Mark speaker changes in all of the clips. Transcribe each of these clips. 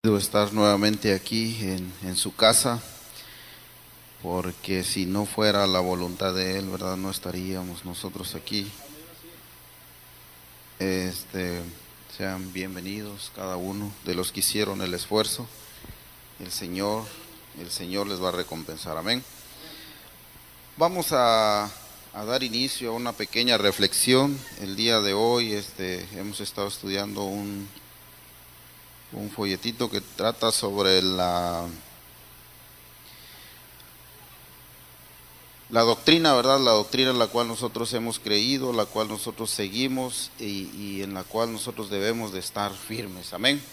Speaker 1: De estar nuevamente aquí en su casa, porque si no fuera la voluntad de Él, ¿verdad? No estaríamos nosotros aquí. Sean bienvenidos cada uno de los que hicieron el esfuerzo. El Señor les va a recompensar. Amén. Vamos a dar inicio a una pequeña reflexión. El día de hoy hemos estado estudiando un folletito que trata sobre la doctrina, ¿verdad? La doctrina en la cual nosotros hemos creído, la cual nosotros seguimos y en la cual nosotros debemos de estar firmes. Amén.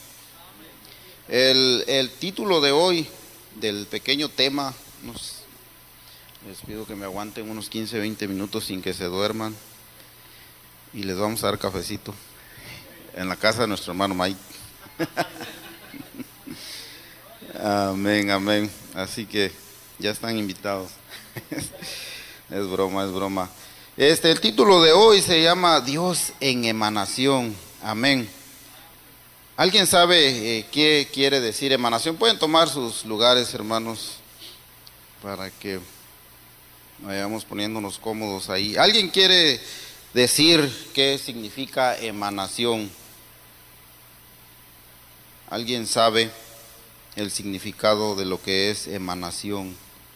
Speaker 1: El título de hoy del pequeño tema, les pido que me aguanten unos 15, 20 minutos sin que se duerman y les vamos a dar cafecito en la casa de nuestro hermano Mike. Amén, amén. Así que ya están invitados. Es broma, es broma. El título de hoy se llama Dios en emanación. Amén. ¿Alguien sabe qué quiere decir emanación? Pueden tomar sus lugares, hermanos, para que vayamos poniéndonos cómodos ahí. ¿Alguien quiere decir qué significa emanación? ¿Alguien sabe el significado de lo que es emanación?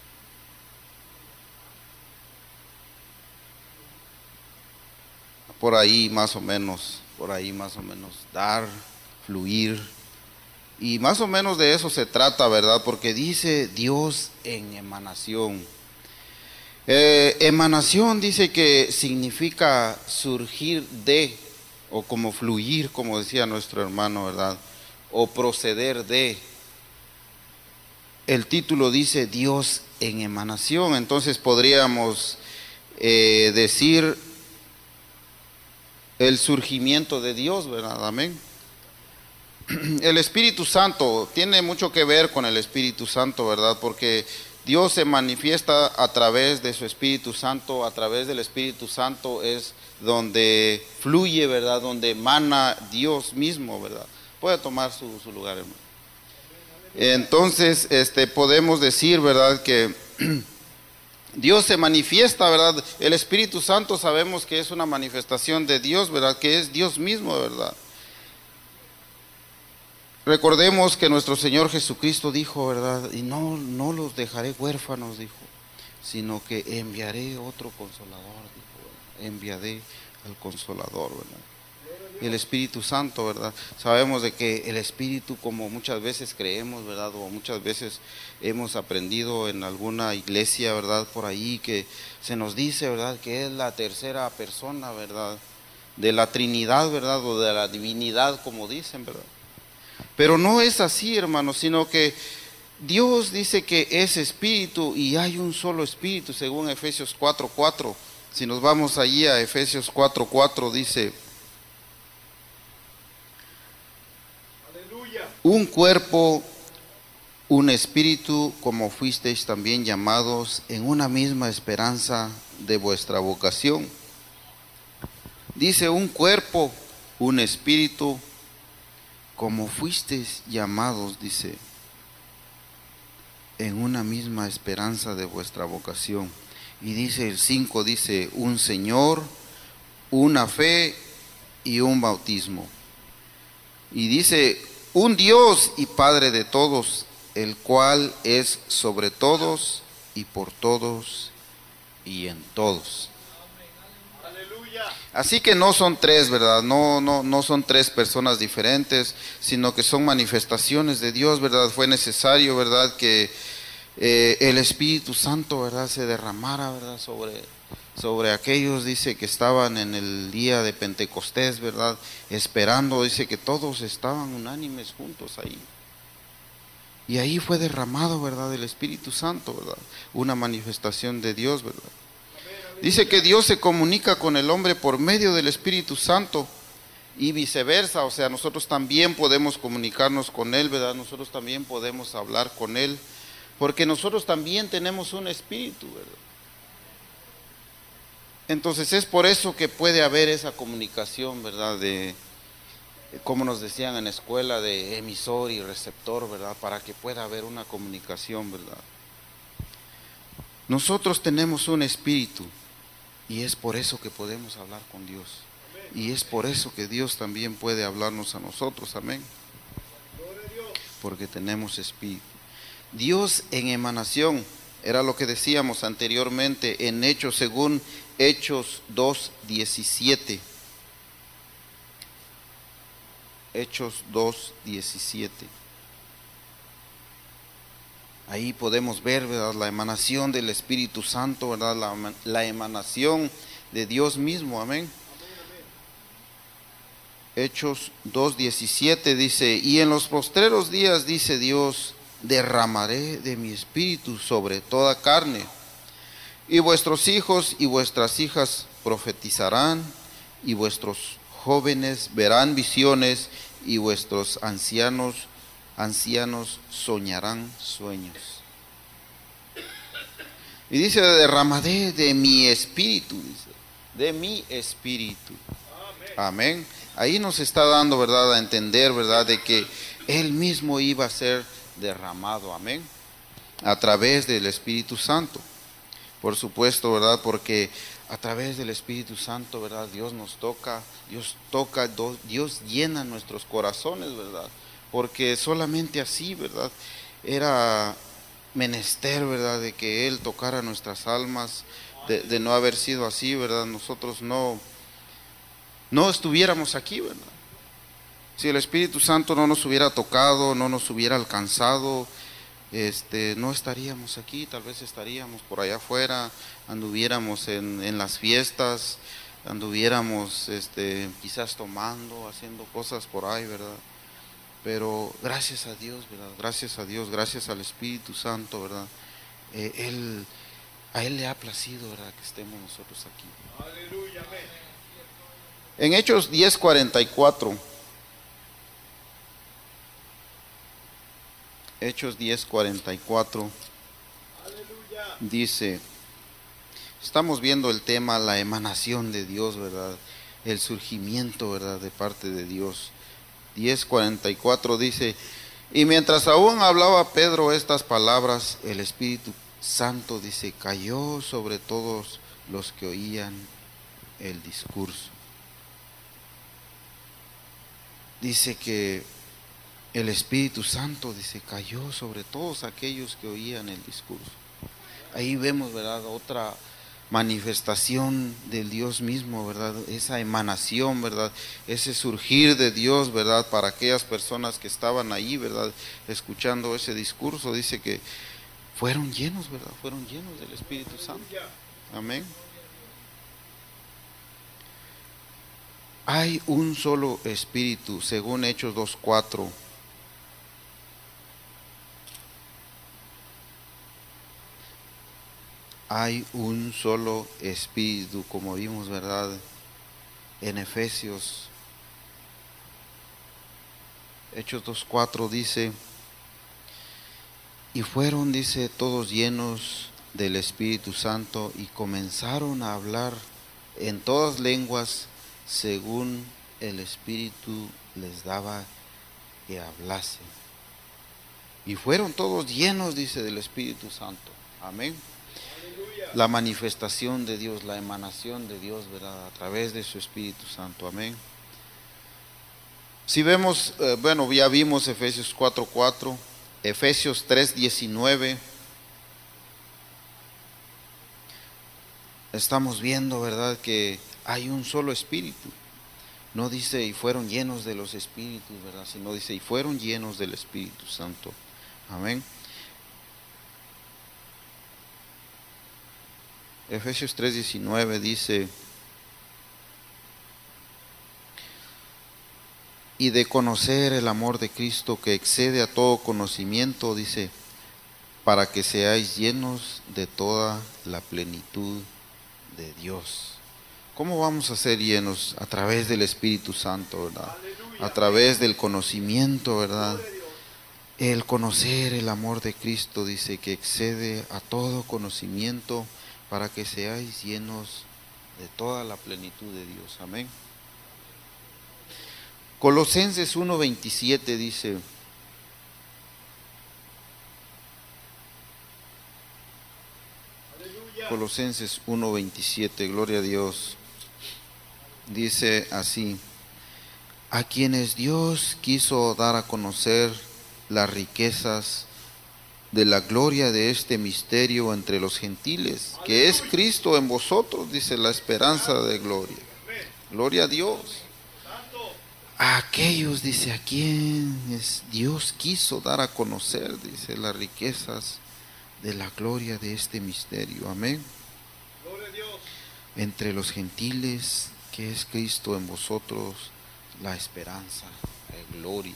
Speaker 1: Por ahí más o menos, dar, fluir, y más o menos de eso se trata, ¿verdad? Porque dice Dios en emanación. Emanación dice que significa surgir de, o como fluir, como decía nuestro hermano, ¿verdad? O proceder de. El título dice Dios en emanación, entonces podríamos decir el surgimiento de Dios, ¿verdad? Amén. El Espíritu Santo tiene mucho que ver con el Espíritu Santo, ¿verdad? Porque Dios se manifiesta a través de su Espíritu Santo, a través del Espíritu Santo es donde fluye, ¿verdad? Donde emana Dios mismo, ¿verdad? Puede tomar su lugar, hermano. Entonces, podemos decir, ¿verdad? Que Dios se manifiesta, ¿verdad? El Espíritu Santo sabemos que es una manifestación de Dios, ¿verdad? Que es Dios mismo, ¿verdad? Recordemos que nuestro Señor Jesucristo dijo, ¿verdad? Y no los dejaré huérfanos, dijo, sino que enviaré otro consolador, dijo, ¿verdad? Enviaré al consolador, ¿verdad? El Espíritu Santo, ¿verdad? Sabemos de que el Espíritu, como muchas veces creemos, ¿verdad? O muchas veces hemos aprendido en alguna iglesia, ¿verdad? Por ahí que se nos dice, ¿verdad? Que es la tercera persona, ¿verdad? De la Trinidad, ¿verdad? O de la divinidad, como dicen, ¿verdad? Pero no es así, hermanos, sino que Dios dice que es Espíritu y hay un solo Espíritu, según Efesios 4:4. Si nos vamos allí a Efesios 4:4, dice: un cuerpo, un espíritu, como fuisteis también llamados en una misma esperanza de vuestra vocación. Dice un cuerpo, un espíritu, como fuisteis llamados, dice, en una misma esperanza de vuestra vocación. Y dice el 5, dice un Señor, una fe y un bautismo. Y dice un Dios y Padre de todos, el cual es sobre todos y por todos y en todos. Así que no son tres, ¿verdad? No son tres personas diferentes, sino que son manifestaciones de Dios, ¿verdad? Fue necesario, ¿verdad? Que el Espíritu Santo, ¿verdad? Se derramara, ¿verdad? Sobre aquellos, dice, que estaban en el día de Pentecostés, ¿verdad? Esperando, dice que todos estaban unánimes juntos ahí. Y ahí fue derramado, ¿verdad? El Espíritu Santo, ¿verdad? Una manifestación de Dios, ¿verdad? Dice que Dios se comunica con el hombre por medio del Espíritu Santo y viceversa, o sea, nosotros también podemos comunicarnos con Él, ¿verdad? Nosotros también podemos hablar con Él, porque nosotros también tenemos un espíritu, ¿verdad? Entonces es por eso que puede haber esa comunicación, ¿verdad? como nos decían en la escuela, de emisor y receptor, ¿verdad? Para que pueda haber una comunicación, ¿verdad? Nosotros tenemos un espíritu y es por eso que podemos hablar con Dios. Y es por eso que Dios también puede hablarnos a nosotros, amén. Porque tenemos espíritu. Dios en emanación, era lo que decíamos anteriormente en Hechos, según Hechos 2:17. Hechos 2:17. Ahí podemos ver, ¿verdad?, la emanación del Espíritu Santo, ¿verdad?, la emanación de Dios mismo, amén. Hechos 2:17 dice: y en los postreros días, dice Dios, derramaré de mi espíritu sobre toda carne, y vuestros hijos y vuestras hijas profetizarán, y vuestros jóvenes verán visiones, y vuestros ancianos soñarán sueños. Y dice: derramaré de mi espíritu, dice, de mi espíritu. Amén. Ahí nos está dando, ¿verdad?, a entender, ¿verdad?, de que Él mismo iba a ser derramado, amén, a través del Espíritu Santo. Por supuesto, ¿verdad?, porque a través del Espíritu Santo, ¿verdad?, Dios nos toca, Dios llena nuestros corazones, ¿verdad? Porque solamente así, ¿verdad?, era menester, ¿verdad?, de que Él tocara nuestras almas. De no haber sido así, ¿verdad?, nosotros no estuviéramos aquí, ¿verdad? Si el Espíritu Santo no nos hubiera tocado, no nos hubiera alcanzado, no estaríamos aquí. Tal vez estaríamos por allá afuera, anduviéramos en las fiestas, anduviéramos quizás tomando, haciendo cosas por ahí, ¿verdad? Pero gracias a Dios, ¿verdad? Gracias a Dios, gracias al Espíritu Santo, ¿verdad? A Él le ha placido, ¿verdad?, que estemos nosotros aquí. Aleluya, amén. En Hechos 10:44, Hechos 10:44, dice, estamos viendo el tema, la emanación de Dios, ¿verdad?, el surgimiento, ¿verdad?, de parte de Dios. 10:44 dice: y mientras aún hablaba Pedro estas palabras, el Espíritu Santo, dice, cayó sobre todos los que oían el discurso. Dice que el Espíritu Santo, dice, cayó sobre todos aquellos que oían el discurso. Ahí vemos, ¿verdad?, otra manifestación del Dios mismo, ¿verdad?, esa emanación, ¿verdad?, ese surgir de Dios, ¿verdad?, para aquellas personas que estaban ahí, ¿verdad?, escuchando ese discurso. Dice que fueron llenos, ¿verdad?, fueron llenos del Espíritu Santo. Amén. Hay un solo espíritu, según Hechos 2:4. Hay un solo espíritu, como vimos, ¿verdad?, en Efesios. Hechos 2:4 dice: y fueron, dice, todos llenos del Espíritu Santo y comenzaron a hablar en todas lenguas según el Espíritu les daba que hablasen. Y fueron todos llenos, dice, del Espíritu Santo. Amén. La manifestación de Dios, la emanación de Dios, ¿verdad?, a través de su Espíritu Santo. Amén. Si vemos, ya vimos Efesios 4:4, Efesios 3:19. Estamos viendo, ¿verdad?, que hay un solo espíritu. No dice y fueron llenos de los espíritus, ¿verdad?, sino dice y fueron llenos del Espíritu Santo. Amén. Efesios 3:19 dice: y de conocer el amor de Cristo que excede a todo conocimiento, dice, para que seáis llenos de toda la plenitud de Dios. ¿Cómo vamos a ser llenos? A través del Espíritu Santo, ¿verdad? A través del conocimiento, ¿verdad? El conocer el amor de Cristo, dice, que excede a todo conocimiento, para que seáis llenos de toda la plenitud de Dios. Amén. Colosenses 1:27 dice: Colosenses 1:27, gloria a Dios, dice así: a quienes Dios quiso dar a conocer las riquezas de la gloria de este misterio entre los gentiles, que es Cristo en vosotros, dice, la esperanza de gloria. Gloria a Dios. A aquellos, dice, a quienes Dios quiso dar a conocer, dice, las riquezas de la gloria de este misterio. Amén.
Speaker 2: Gloria a Dios.
Speaker 1: Entre los gentiles, que es Cristo en vosotros, la esperanza de gloria.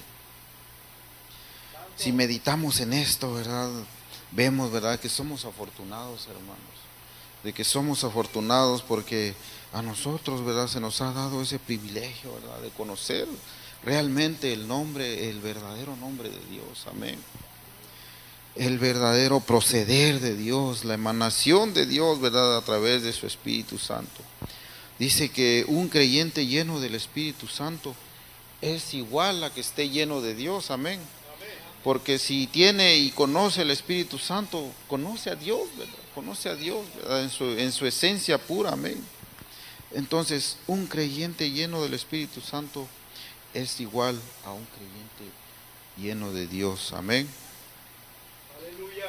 Speaker 1: Si meditamos en esto, ¿verdad? Vemos, ¿verdad?, que somos afortunados, hermanos. De que somos afortunados porque a nosotros, ¿verdad?, se nos ha dado ese privilegio, ¿verdad?, de conocer realmente el nombre, el verdadero nombre de Dios. Amén. El verdadero proceder de Dios, la emanación de Dios, ¿verdad?, a través de su Espíritu Santo. Dice que un creyente lleno del Espíritu Santo es igual a que esté lleno de Dios. Amén. Porque si tiene y conoce el Espíritu Santo, conoce a Dios, ¿verdad? Conoce a Dios, ¿verdad?, en su esencia pura. Amén. Entonces, un creyente lleno del Espíritu Santo es igual a un creyente lleno de Dios. Amén.
Speaker 2: Aleluya.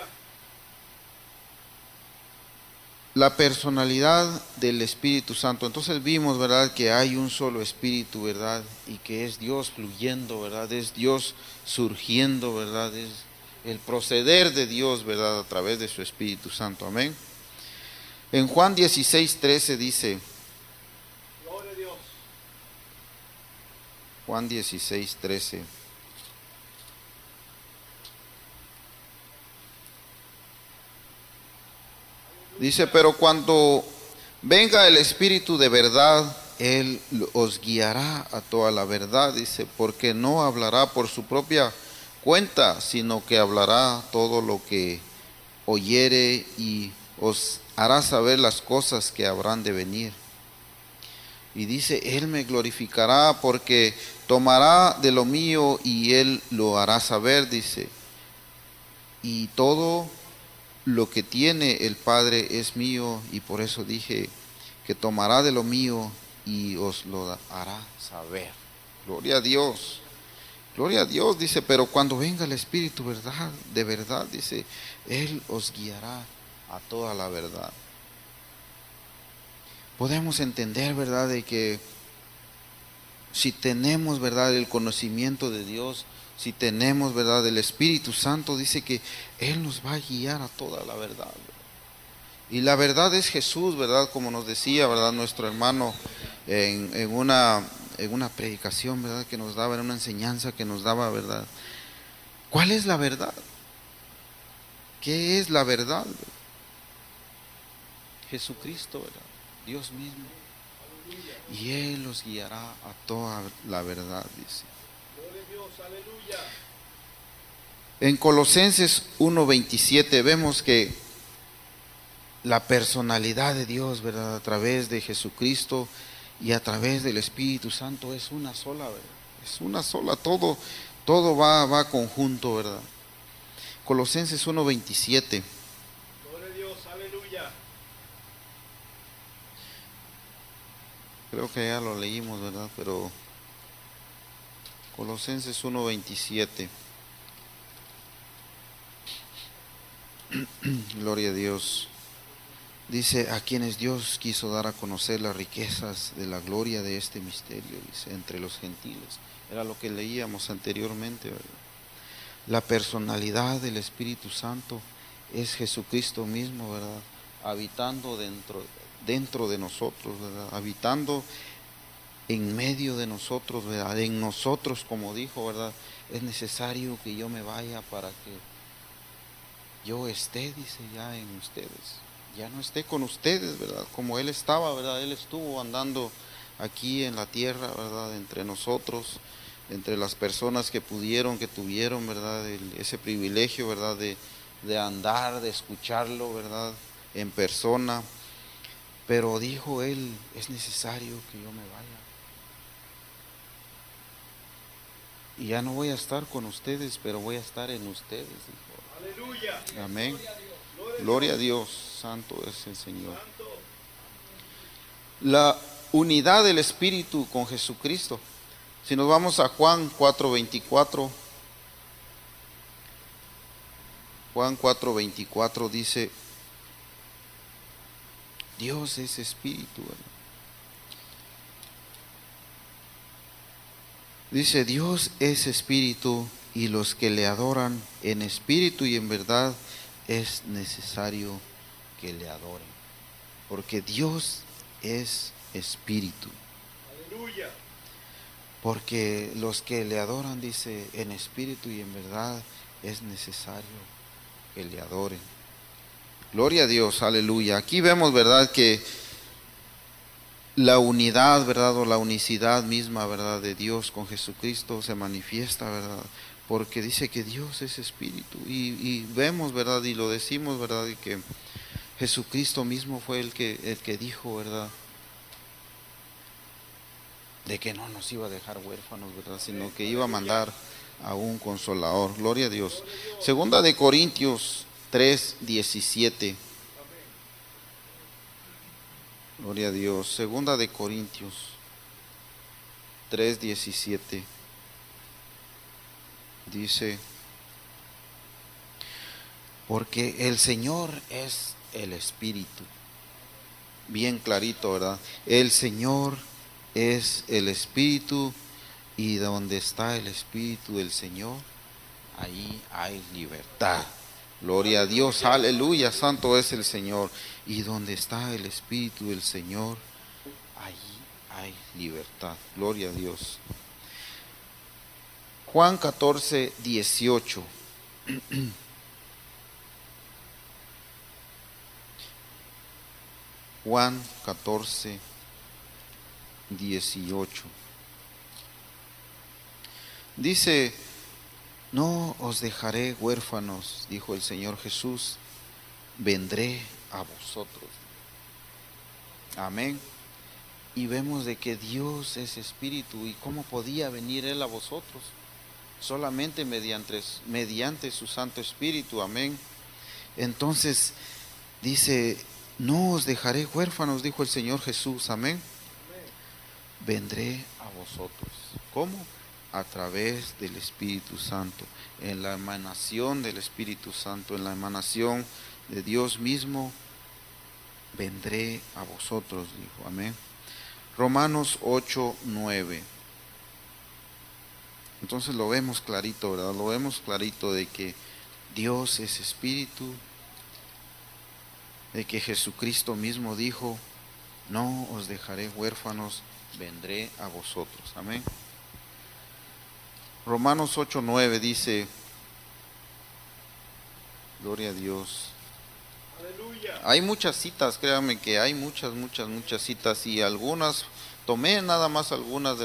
Speaker 1: La personalidad del Espíritu Santo. Entonces vimos, ¿verdad?, que hay un solo Espíritu, ¿verdad?, y que es Dios fluyendo, ¿verdad?, es Dios surgiendo, ¿verdad?, es el proceder de Dios, ¿verdad?, a través de su Espíritu Santo. Amén. En Juan 16:13 dice,
Speaker 2: Gloria a Dios.
Speaker 1: Juan 16:13. Dice, pero cuando venga el Espíritu de verdad, Él os guiará a toda la verdad, dice, porque no hablará por su propia cuenta, sino que hablará todo lo que oyere y os hará saber las cosas que habrán de venir. Y dice, Él me glorificará porque tomará de lo mío y Él lo hará saber, dice, y todo lo que tiene el Padre es mío, y por eso dije que tomará de lo mío y os lo hará saber. Gloria a Dios. Gloria a Dios, dice, pero cuando venga el Espíritu, ¿verdad?, de verdad, dice, Él os guiará a toda la verdad. Podemos entender, ¿verdad?, de que si tenemos, ¿verdad?, el conocimiento de Dios, si tenemos, ¿verdad?, el Espíritu Santo, dice que Él nos va a guiar a toda la verdad, ¿verdad? Y la verdad es Jesús, ¿verdad?, como nos decía, ¿verdad?, nuestro hermano en una predicación, ¿verdad?, que nos daba, en una enseñanza que nos daba, ¿verdad? ¿Cuál es la verdad? ¿Qué es la verdad? Jesucristo, ¿verdad?, Dios mismo. Y Él los guiará a toda la verdad, dice.
Speaker 2: Gloria a Dios. Aleluya.
Speaker 1: En Colosenses 1:27 vemos que la personalidad de Dios, ¿verdad?, a través de Jesucristo y a través del Espíritu Santo es una sola, ¿verdad? Es una sola, todo va conjunto, ¿verdad? Colosenses 1:27.
Speaker 2: Gloria a Dios. Aleluya.
Speaker 1: Creo que ya lo leímos, ¿verdad? Pero Colosenses 1:27. Gloria a Dios. Dice, a quienes Dios quiso dar a conocer las riquezas de la gloria de este misterio, dice, entre los gentiles. Era lo que leíamos anteriormente, ¿verdad? La personalidad del Espíritu Santo es Jesucristo mismo, ¿verdad?, habitando dentro de nosotros, ¿verdad?, habitando en medio de nosotros, ¿verdad?, en nosotros, como dijo, ¿verdad?, es necesario que yo me vaya para que yo esté, dice, ya en ustedes, ya no esté con ustedes, ¿verdad?, como Él estaba, ¿verdad?, Él estuvo andando aquí en la tierra, ¿verdad?, entre nosotros, entre las personas que tuvieron, ¿verdad?, ese privilegio, ¿verdad?, de andar, de escucharlo, ¿verdad?, en persona. Pero dijo Él, es necesario que yo me vaya. y ya no voy a estar con ustedes, pero voy a estar en ustedes, dijo.
Speaker 2: Aleluya.
Speaker 1: Amén. Gloria a Dios, santo es el Señor. La unidad del Espíritu con Jesucristo. Si nos vamos a Juan 4:24, Juan 4:24 dice, Dios es Espíritu, ¿verdad? Dice, Dios es Espíritu, y los que le adoran en espíritu y en verdad es necesario que le adoren, porque Dios es Espíritu.
Speaker 2: Aleluya.
Speaker 1: Porque los que le adoran, dice, en espíritu y en verdad es necesario que le adoren. Gloria a Dios, aleluya. Aquí vemos, ¿verdad?, que la unidad, ¿verdad?, o la unicidad misma, ¿verdad?, de Dios con Jesucristo se manifiesta, ¿verdad?, porque dice que Dios es Espíritu. Y vemos, ¿verdad?, y lo decimos, ¿verdad?, y que Jesucristo mismo fue el que dijo, ¿verdad?, de que no nos iba a dejar huérfanos, ¿verdad?, sino que iba a mandar a un consolador. Gloria a Dios. Segunda de Corintios 3:17. Gloria a Dios. Segunda de Corintios 3:17. Dice, porque el Señor es el Espíritu. Bien clarito, ¿verdad? El Señor es el Espíritu, y donde está el Espíritu del Señor, ahí hay libertad. Gloria a Dios, aleluya, santo es el Señor. Y donde está el Espíritu del Señor, ahí hay libertad. Gloria a Dios. Juan 14:18. Juan 14:18. Dice, no os dejaré huérfanos, dijo el Señor Jesús, vendré a vosotros. Amén. Y vemos de que Dios es Espíritu, y cómo podía venir Él a vosotros, solamente mediante su Santo Espíritu. Amén. Entonces dice, no os dejaré huérfanos, dijo el Señor Jesús. Amén. Vendré a vosotros. ¿Cómo? A través del Espíritu Santo, en la emanación del Espíritu Santo, en la emanación de Dios mismo, vendré a vosotros, dijo. Amén. Romanos 8:9. Entonces lo vemos clarito, ¿verdad? Lo vemos clarito de que Dios es Espíritu, de que Jesucristo mismo dijo, no os dejaré huérfanos, vendré a vosotros. Amén. Romanos 8:9 dice, gloria a Dios.
Speaker 2: Aleluya.
Speaker 1: Hay muchas citas, créanme que hay muchas citas, y algunas, tomé nada más algunas de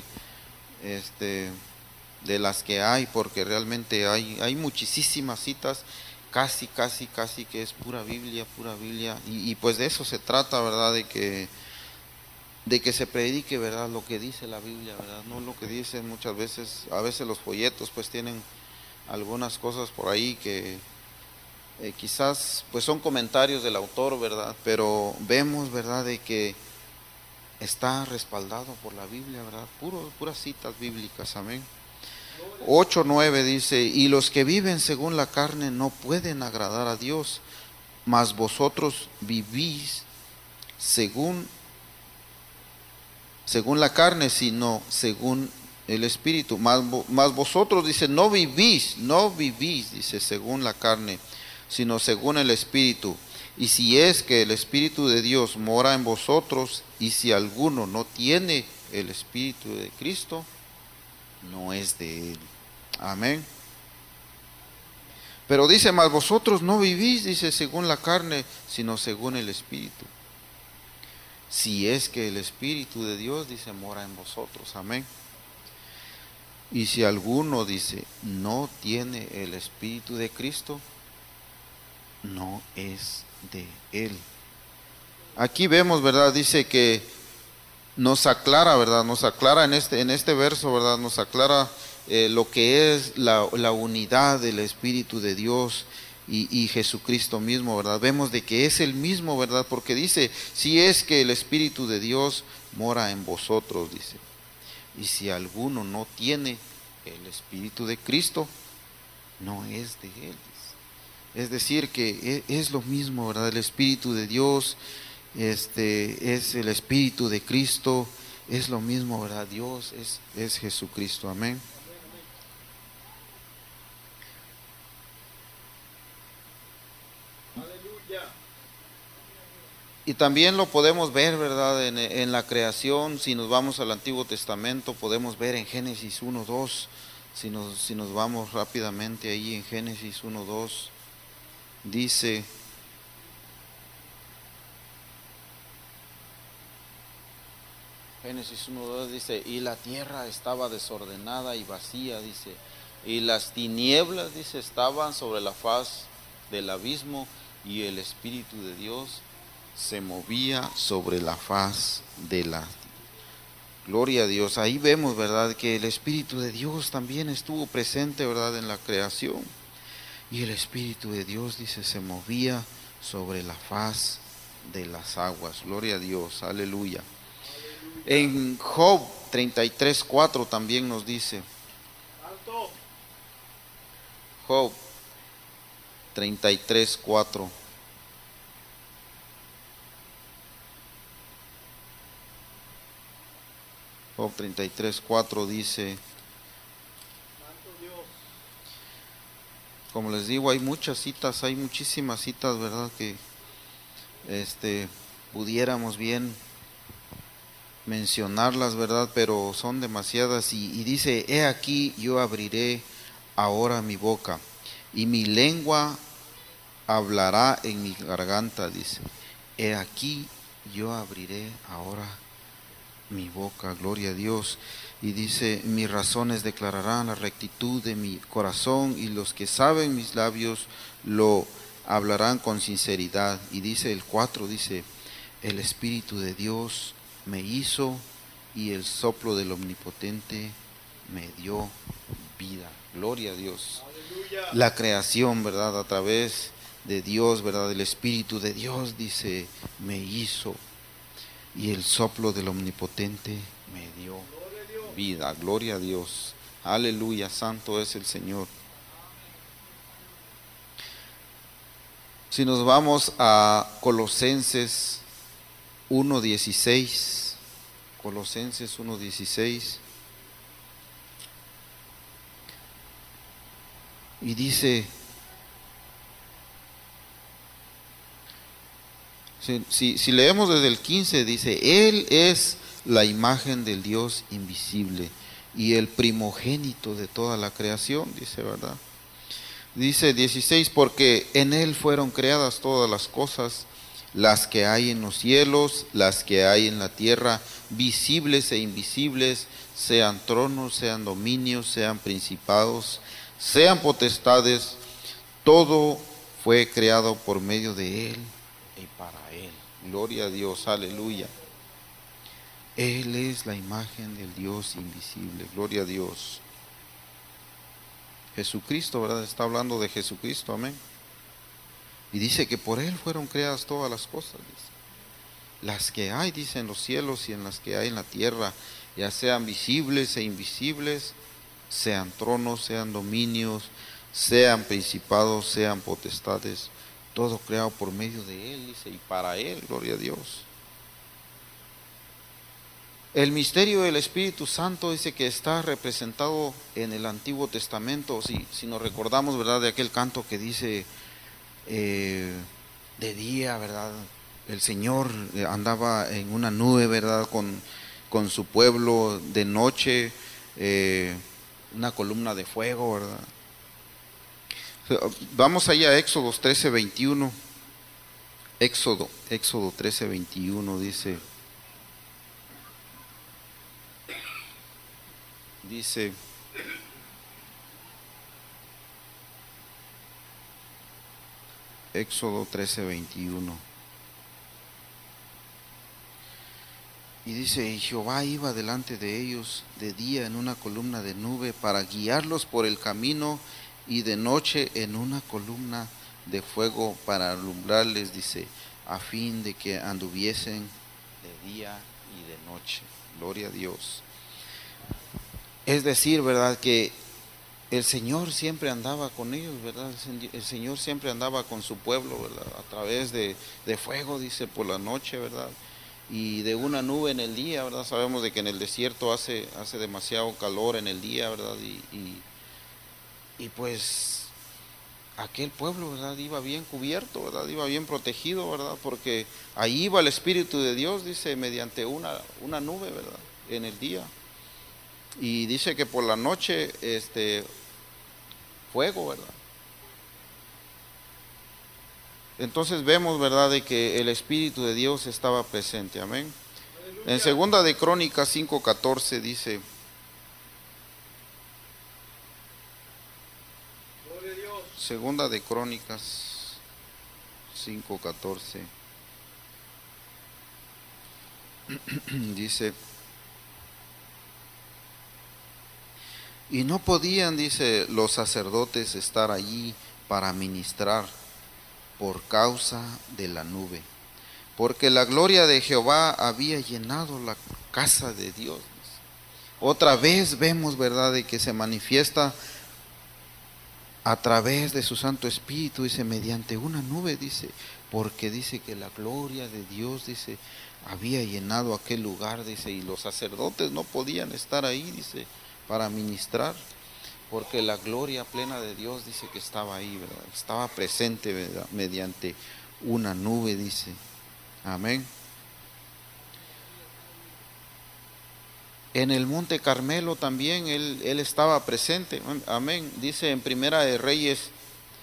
Speaker 1: las que hay, porque realmente hay muchísimas citas, casi que es pura Biblia, y pues de eso se trata, ¿verdad?, de que se predique, ¿verdad?, lo que dice la Biblia, ¿verdad?, no lo que dicen muchas veces. A veces los folletos pues tienen algunas cosas por ahí que quizás pues son comentarios del autor, ¿verdad?, pero vemos, ¿verdad?, de que está respaldado por la Biblia, ¿verdad?, puras citas bíblicas. Amén. 8:9 dice, y los que viven según la carne no pueden agradar a Dios, mas vosotros vivís según la carne, sino según el Espíritu. Mas vosotros, dice, no vivís, dice, según la carne, sino según el Espíritu. Y si es que el Espíritu de Dios mora en vosotros, y si alguno no tiene el Espíritu de Cristo, no es de él. Amén. Pero dice, mas vosotros no vivís, dice, según la carne, sino según el Espíritu. Si es que el Espíritu de Dios, dice, mora en vosotros. Amén. Y si alguno, dice, no tiene el Espíritu de Cristo, no es de él. Aquí vemos, ¿verdad?, dice que nos aclara, ¿verdad?, nos aclara en este verso, ¿verdad?, nos aclara lo que es la unidad del Espíritu de Dios y Jesucristo mismo, ¿verdad? Vemos de que es el mismo, ¿verdad? Porque dice, si es que el Espíritu de Dios mora en vosotros, dice, y si alguno no tiene el Espíritu de Cristo, no es de él, dice. Es decir, que es lo mismo, ¿verdad? El Espíritu de Dios, es el Espíritu de Cristo, es lo mismo, ¿verdad? Dios es Jesucristo, amén.
Speaker 2: Aleluya.
Speaker 1: Y también lo podemos ver, ¿verdad? En la creación, si nos vamos al Antiguo Testamento, podemos ver en Génesis 1:2, si nos vamos rápidamente ahí en Génesis 1:2, dice, Génesis 1:2 dice, y la tierra estaba desordenada y vacía, dice, y las tinieblas, dice, estaban sobre la faz del abismo, y el Espíritu de Dios se movía sobre la faz de la tierra. Gloria a Dios. Ahí vemos, ¿verdad?, que el Espíritu de Dios también estuvo presente, ¿verdad?, en la creación. Y el Espíritu de Dios, dice, se movía sobre la faz de las aguas. Gloria a Dios. Aleluya. En Job 33:4 también nos dice.
Speaker 2: Santo.
Speaker 1: Job 33:4. Job 33:4 dice,
Speaker 2: Santo Dios.
Speaker 1: como les digo, hay muchas citas, hay muchísimas citas, ¿verdad?, que pudiéramos bien mencionarlas, ¿verdad?, pero son demasiadas, y dice, he aquí yo abriré ahora mi boca, y mi lengua hablará en mi garganta, dice, he aquí yo abriré ahora mi boca, gloria a Dios. Y dice, mis razones declararán la rectitud de mi corazón, y los que saben mis labios lo hablarán con sinceridad. Y dice el 4, dice, el Espíritu de Dios me hizo, y el soplo del Omnipotente me dio vida. Gloria a Dios.
Speaker 2: Aleluya.
Speaker 1: La creación, ¿verdad?, a través de Dios, ¿verdad?, el Espíritu de Dios, dice, me hizo, y el soplo del Omnipotente me dio vida. Gloria a Dios. Aleluya, santo es el Señor. Si nos vamos a Colosenses 1:16, Colosenses 1:16, y dice, si leemos desde el 15, dice, Él es la imagen del Dios invisible y el primogénito de toda la creación, dice, ¿verdad? Dice 16, porque en Él fueron creadas todas las cosas, las que hay en los cielos, las que hay en la tierra, visibles e invisibles, sean tronos, sean dominios, sean principados, sean potestades, todo fue creado por medio de Él y para Él. Gloria a Dios, aleluya. Él es la imagen del Dios invisible, gloria a Dios. Jesucristo, ¿verdad? Está hablando de Jesucristo, amén. Y dice que por Él fueron creadas todas las cosas, dice. Las que hay, dice, en los cielos y en las que hay en la tierra, ya sean visibles e invisibles, sean tronos, sean dominios, sean principados, sean potestades, todo creado por medio de Él, dice, y para Él, gloria a Dios. El misterio del Espíritu Santo dice que está representado en el Antiguo Testamento, si nos recordamos, ¿verdad?, de aquel canto que dice, de día, ¿verdad?, el Señor andaba en una nube, ¿verdad?, con su pueblo, de noche, una columna de fuego, ¿verdad? Vamos allá a Éxodo 13:21. Éxodo 13:21 dice, Éxodo 13:21. Y dice, y Jehová iba delante de ellos de día en una columna de nube para guiarlos por el camino, y de noche en una columna de fuego para alumbrarles, dice, a fin de que anduviesen de día y de noche. Gloria a Dios. Es decir, ¿verdad?, que el Señor siempre andaba con ellos, ¿verdad? El Señor siempre andaba con su pueblo, ¿verdad? A través de fuego, dice, por la noche, ¿verdad? Y de una nube en el día, ¿verdad? Sabemos de que en el desierto hace demasiado calor en el día, ¿verdad? Y pues aquel pueblo, ¿verdad?, iba bien cubierto, ¿verdad? Iba bien protegido, ¿verdad? Porque ahí iba el Espíritu de Dios, dice, mediante una nube, ¿verdad?, en el día. Y dice que por la noche, fuego, ¿verdad? Entonces vemos, ¿verdad?, de que el Espíritu de Dios estaba presente, amén. En segunda de Crónicas 5:14 dice, segunda de Crónicas 5:14 dice, y no podían, dice, los sacerdotes estar allí para ministrar por causa de la nube, porque la gloria de Jehová había llenado la casa de Dios. Otra vez vemos, ¿verdad?, de que se manifiesta a través de su Santo Espíritu, dice, mediante una nube, dice, porque dice que la gloria de Dios, dice, había llenado aquel lugar, dice, y los sacerdotes no podían estar ahí, dice, para ministrar, porque la gloria plena de Dios, dice, que estaba ahí, ¿verdad? Estaba presente, ¿verdad?, mediante una nube, dice. Amén. En el monte Carmelo también él estaba presente. Amén. Dice en Primera de Reyes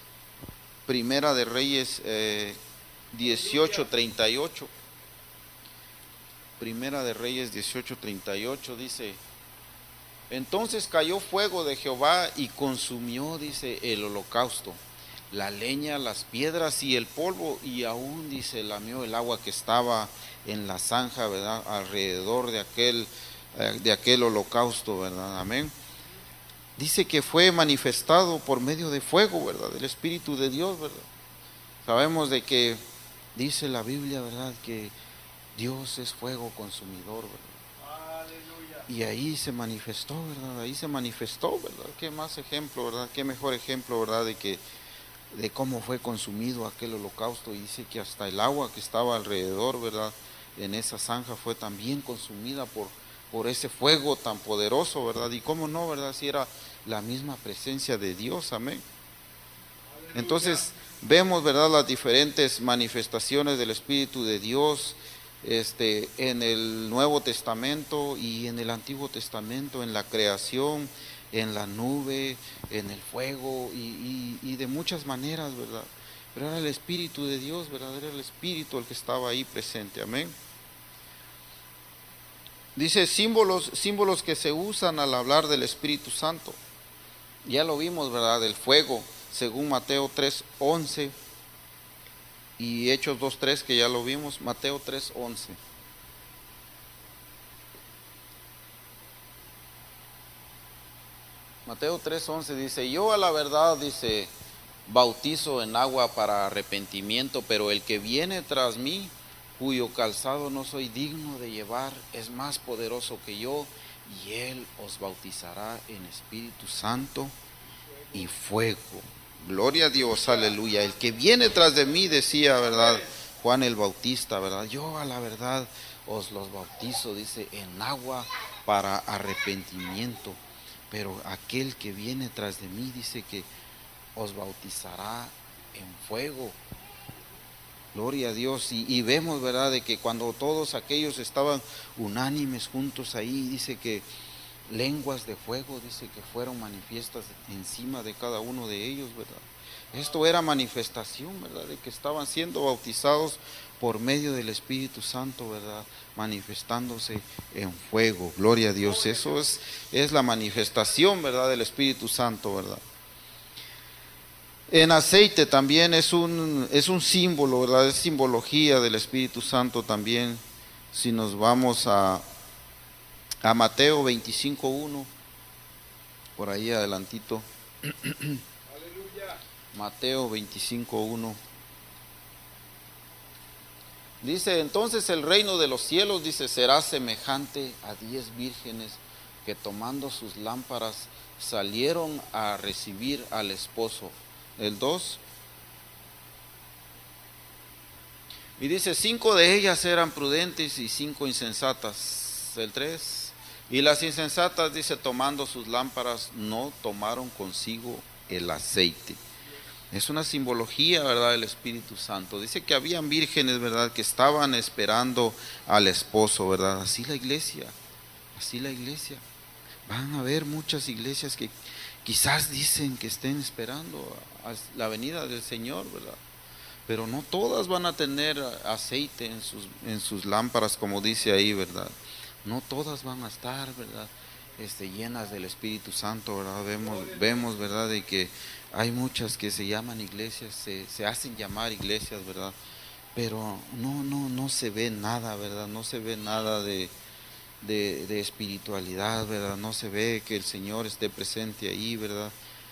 Speaker 1: 18:38. Primera de Reyes 18:38 dice, entonces cayó fuego de Jehová y consumió, dice, el holocausto, la leña, las piedras y el polvo, y aún, dice, lamió el agua que estaba en la zanja, ¿verdad?, alrededor de aquel holocausto, ¿verdad? Amén. Dice que fue manifestado por medio de fuego, ¿verdad?, del Espíritu de Dios, ¿verdad? Sabemos de que dice la Biblia, ¿verdad?, que Dios es fuego consumidor, ¿verdad? Y ahí se manifestó, ¿verdad? Ahí se manifestó, ¿verdad? Qué más ejemplo, ¿verdad? Qué mejor ejemplo, ¿verdad?, de cómo fue consumido aquel holocausto. Y dice que hasta el agua que estaba alrededor, ¿verdad?, en esa zanja fue también consumida por ese fuego tan poderoso, ¿verdad? Y cómo no, ¿verdad?, si era la misma presencia de Dios, amén. Entonces vemos, ¿verdad?, las diferentes manifestaciones del Espíritu de Dios en el Nuevo Testamento y en el Antiguo Testamento, en la creación, en la nube, en el fuego y de muchas maneras, ¿verdad? Pero era el Espíritu de Dios, ¿verdad? Era el Espíritu el que estaba ahí presente, amén. Dice símbolos que se usan al hablar del Espíritu Santo. Ya lo vimos, ¿verdad? El fuego, según Mateo 3:11 y Hechos 2:3, que ya lo vimos. Mateo 3:11. Mateo 3:11 dice, yo a la verdad, dice, bautizo en agua para arrepentimiento, pero el que viene tras mí, cuyo calzado no soy digno de llevar, es más poderoso que yo, y él os bautizará en Espíritu Santo y fuego. Gloria a Dios, aleluya. El que viene tras de mí, decía, ¿verdad?, Juan el Bautista, ¿verdad? Yo a la verdad os los bautizo, dice, en agua para arrepentimiento, pero aquel que viene tras de mí, dice, que os bautizará en fuego. Gloria a Dios. Y vemos, ¿verdad?, de que cuando todos aquellos estaban unánimes juntos ahí, dice que lenguas de fuego, dice, que fueron manifiestas encima de cada uno de ellos, ¿verdad? Esto era manifestación, ¿verdad?, de que estaban siendo bautizados por medio del Espíritu Santo, ¿verdad?, manifestándose en fuego. Gloria a Dios. Eso es la manifestación, ¿verdad?, del Espíritu Santo, ¿verdad? En aceite también es un símbolo, ¿verdad?, es simbología del Espíritu Santo también. Si nos vamos a Mateo 25:1, por ahí adelantito.
Speaker 2: Aleluya.
Speaker 1: Mateo 25:1. Dice, entonces el reino de los cielos, dice, será semejante a 10 vírgenes que tomando sus lámparas salieron a recibir al esposo. El 2. Y dice, 5 de ellas eran prudentes y 5 insensatas. El 3. Y las insensatas, dice, tomando sus lámparas, no tomaron consigo el aceite. Es una simbología, ¿verdad?, del Espíritu Santo. Dice que habían vírgenes, ¿verdad?, que estaban esperando al esposo, ¿verdad? Así la iglesia. Van a haber muchas iglesias que quizás dicen que estén esperando a la venida del Señor, ¿verdad? Pero no todas van a tener aceite en sus lámparas, como dice ahí, ¿verdad? No todas van a estar, ¿verdad?, llenas del Espíritu Santo, ¿verdad? Vemos, ¿verdad?, de que hay muchas que se llaman iglesias, se hacen llamar iglesias, ¿verdad? Pero no se ve nada, ¿verdad? No se ve nada de espiritualidad, ¿verdad? No se ve que el Señor esté presente ahí, ¿verdad?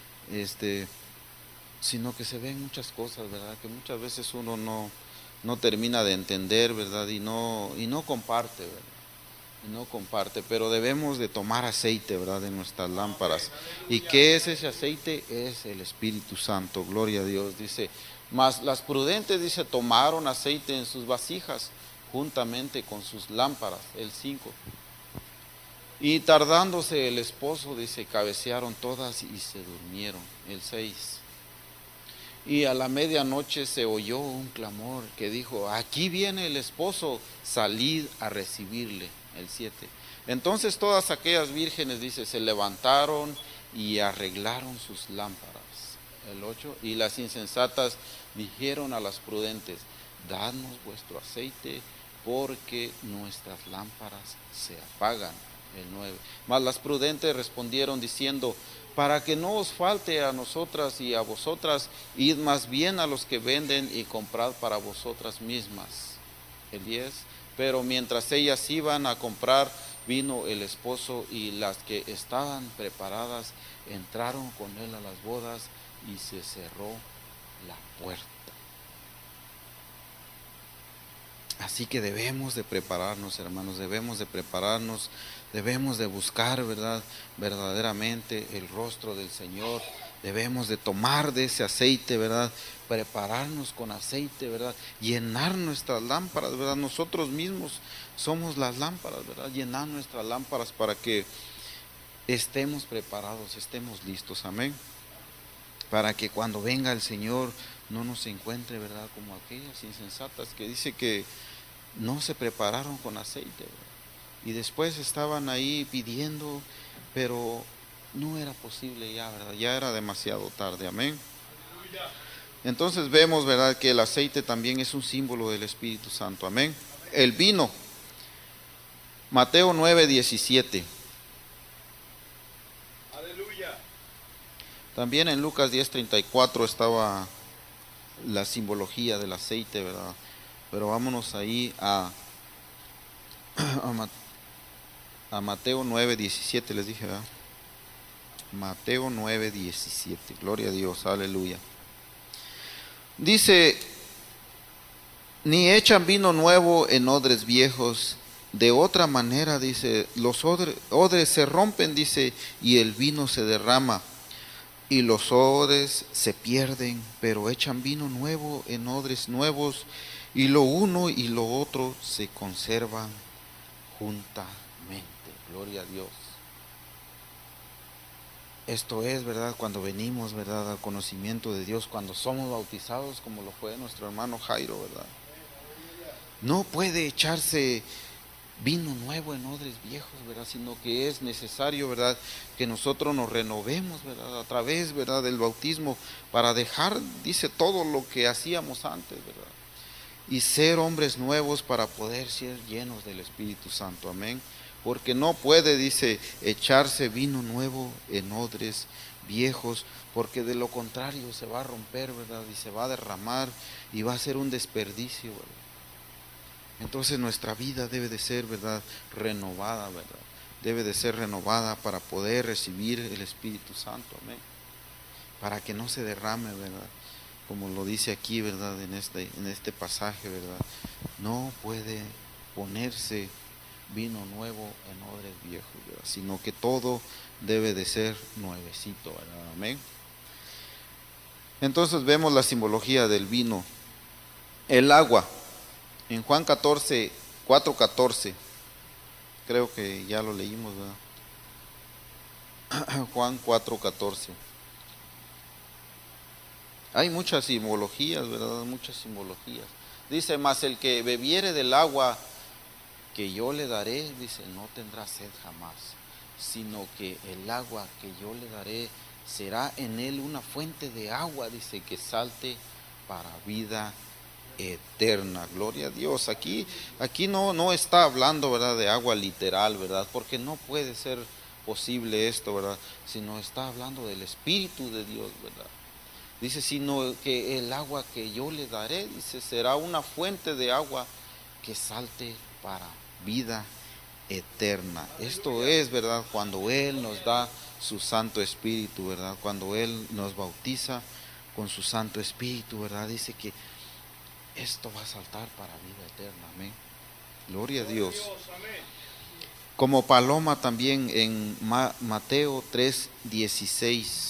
Speaker 1: Sino que se ven muchas cosas, ¿verdad? Que muchas veces uno no termina de entender, ¿verdad? Y no comparte, ¿verdad? No comparte, pero debemos de tomar aceite, ¿verdad?, de nuestras lámparas. ¿Y qué es ese aceite? Es el Espíritu Santo, gloria a Dios. Dice, mas las prudentes, dice, tomaron aceite en sus vasijas juntamente con sus lámparas, el 5. Y tardándose el esposo, dice, cabecearon todas y se durmieron, el 6. Y a la medianoche se oyó un clamor que dijo, aquí viene el esposo, salid a recibirle, el 7. Entonces todas aquellas vírgenes, dice, se levantaron y arreglaron sus lámparas, el 8. Y las insensatas dijeron a las prudentes, dadnos vuestro aceite, porque nuestras lámparas se apagan, el 9. Mas las prudentes respondieron diciendo, para que no os falte a nosotras y a vosotras, id más bien a los que venden y comprad para vosotras mismas, el 10. Pero mientras ellas iban a comprar, vino el esposo, y las que estaban preparadas entraron con él a las bodas, y se cerró la puerta. Así que debemos de prepararnos, hermanos, debemos de buscar, ¿verdad?, verdaderamente el rostro del Señor. Debemos de tomar de ese aceite, ¿verdad?, prepararnos con aceite, ¿verdad?, llenar nuestras lámparas, ¿verdad? Nosotros mismos somos las lámparas, ¿verdad? Llenar nuestras lámparas para que estemos preparados, estemos listos, amén. Para que cuando venga el Señor no nos encuentre, ¿verdad?, como aquellas insensatas que dice que no se prepararon con aceite, ¿verdad? Y después estaban ahí pidiendo, pero no era posible ya, ¿verdad? Ya era demasiado tarde, amén. Entonces vemos, ¿verdad?, que el aceite también es un símbolo del Espíritu Santo, amén. El vino, Mateo 9:17.
Speaker 2: Aleluya.
Speaker 1: También en Lucas 10:34 estaba la simbología del aceite, ¿verdad? Pero vámonos ahí a Mateo 9:17, les dije, ¿verdad? Mateo 9:17, gloria a Dios, aleluya. Dice, ni echan vino nuevo en odres viejos, de otra manera, dice, los odres se rompen, dice, y el vino se derrama, y los odres se pierden, pero echan vino nuevo en odres nuevos, y lo uno y lo otro se conservan juntamente. Gloria a Dios. Esto es, ¿verdad?, cuando venimos, ¿verdad?, al conocimiento de Dios, cuando somos bautizados, como lo fue nuestro hermano Jairo, ¿verdad? No puede echarse vino nuevo en odres viejos, ¿verdad?, sino que es necesario, ¿verdad?, que nosotros nos renovemos, ¿verdad?, a través, ¿verdad?, del bautismo, para dejar, dice, todo lo que hacíamos antes, ¿verdad?, y ser hombres nuevos para poder ser llenos del Espíritu Santo, amén. Porque no puede, dice, echarse vino nuevo en odres viejos, porque de lo contrario se va a romper, ¿verdad?, y se va a derramar y va a ser un desperdicio, ¿verdad? Entonces nuestra vida debe de ser, ¿verdad?, renovada, ¿verdad? Debe de ser renovada para poder recibir el Espíritu Santo, amén. Para que no se derrame, ¿verdad? Como lo dice aquí, ¿verdad?, en este pasaje, ¿verdad? No puede ponerse vino nuevo en odres viejos, ¿verdad? Sino que todo debe de ser nuevecito, ¿verdad? Amén. Entonces vemos la simbología del vino. El agua, en Juan 14, 4:14, creo que ya lo leímos, ¿verdad? Juan 4:14. Hay muchas simbologías, ¿verdad? Muchas simbologías. Dice, mas el que bebiere del agua que yo le daré, dice, no tendrá sed jamás, sino que el agua que yo le daré será en él una fuente de agua, dice, que salte para vida eterna. Gloria a Dios. Aquí no está hablando, ¿verdad?, de agua literal, ¿verdad? Porque no puede ser posible esto, ¿verdad? Sino está hablando del Espíritu de Dios, ¿verdad? Dice, sino que el agua que yo le daré, dice, será una fuente de agua que salte para vida eterna. Esto es, ¿verdad?, cuando Él nos da su Santo Espíritu, ¿verdad? Cuando Él nos bautiza con su Santo Espíritu, ¿verdad? Dice que esto va a saltar para vida eterna, amén. Gloria a Dios. Como paloma también en Mateo 3:16.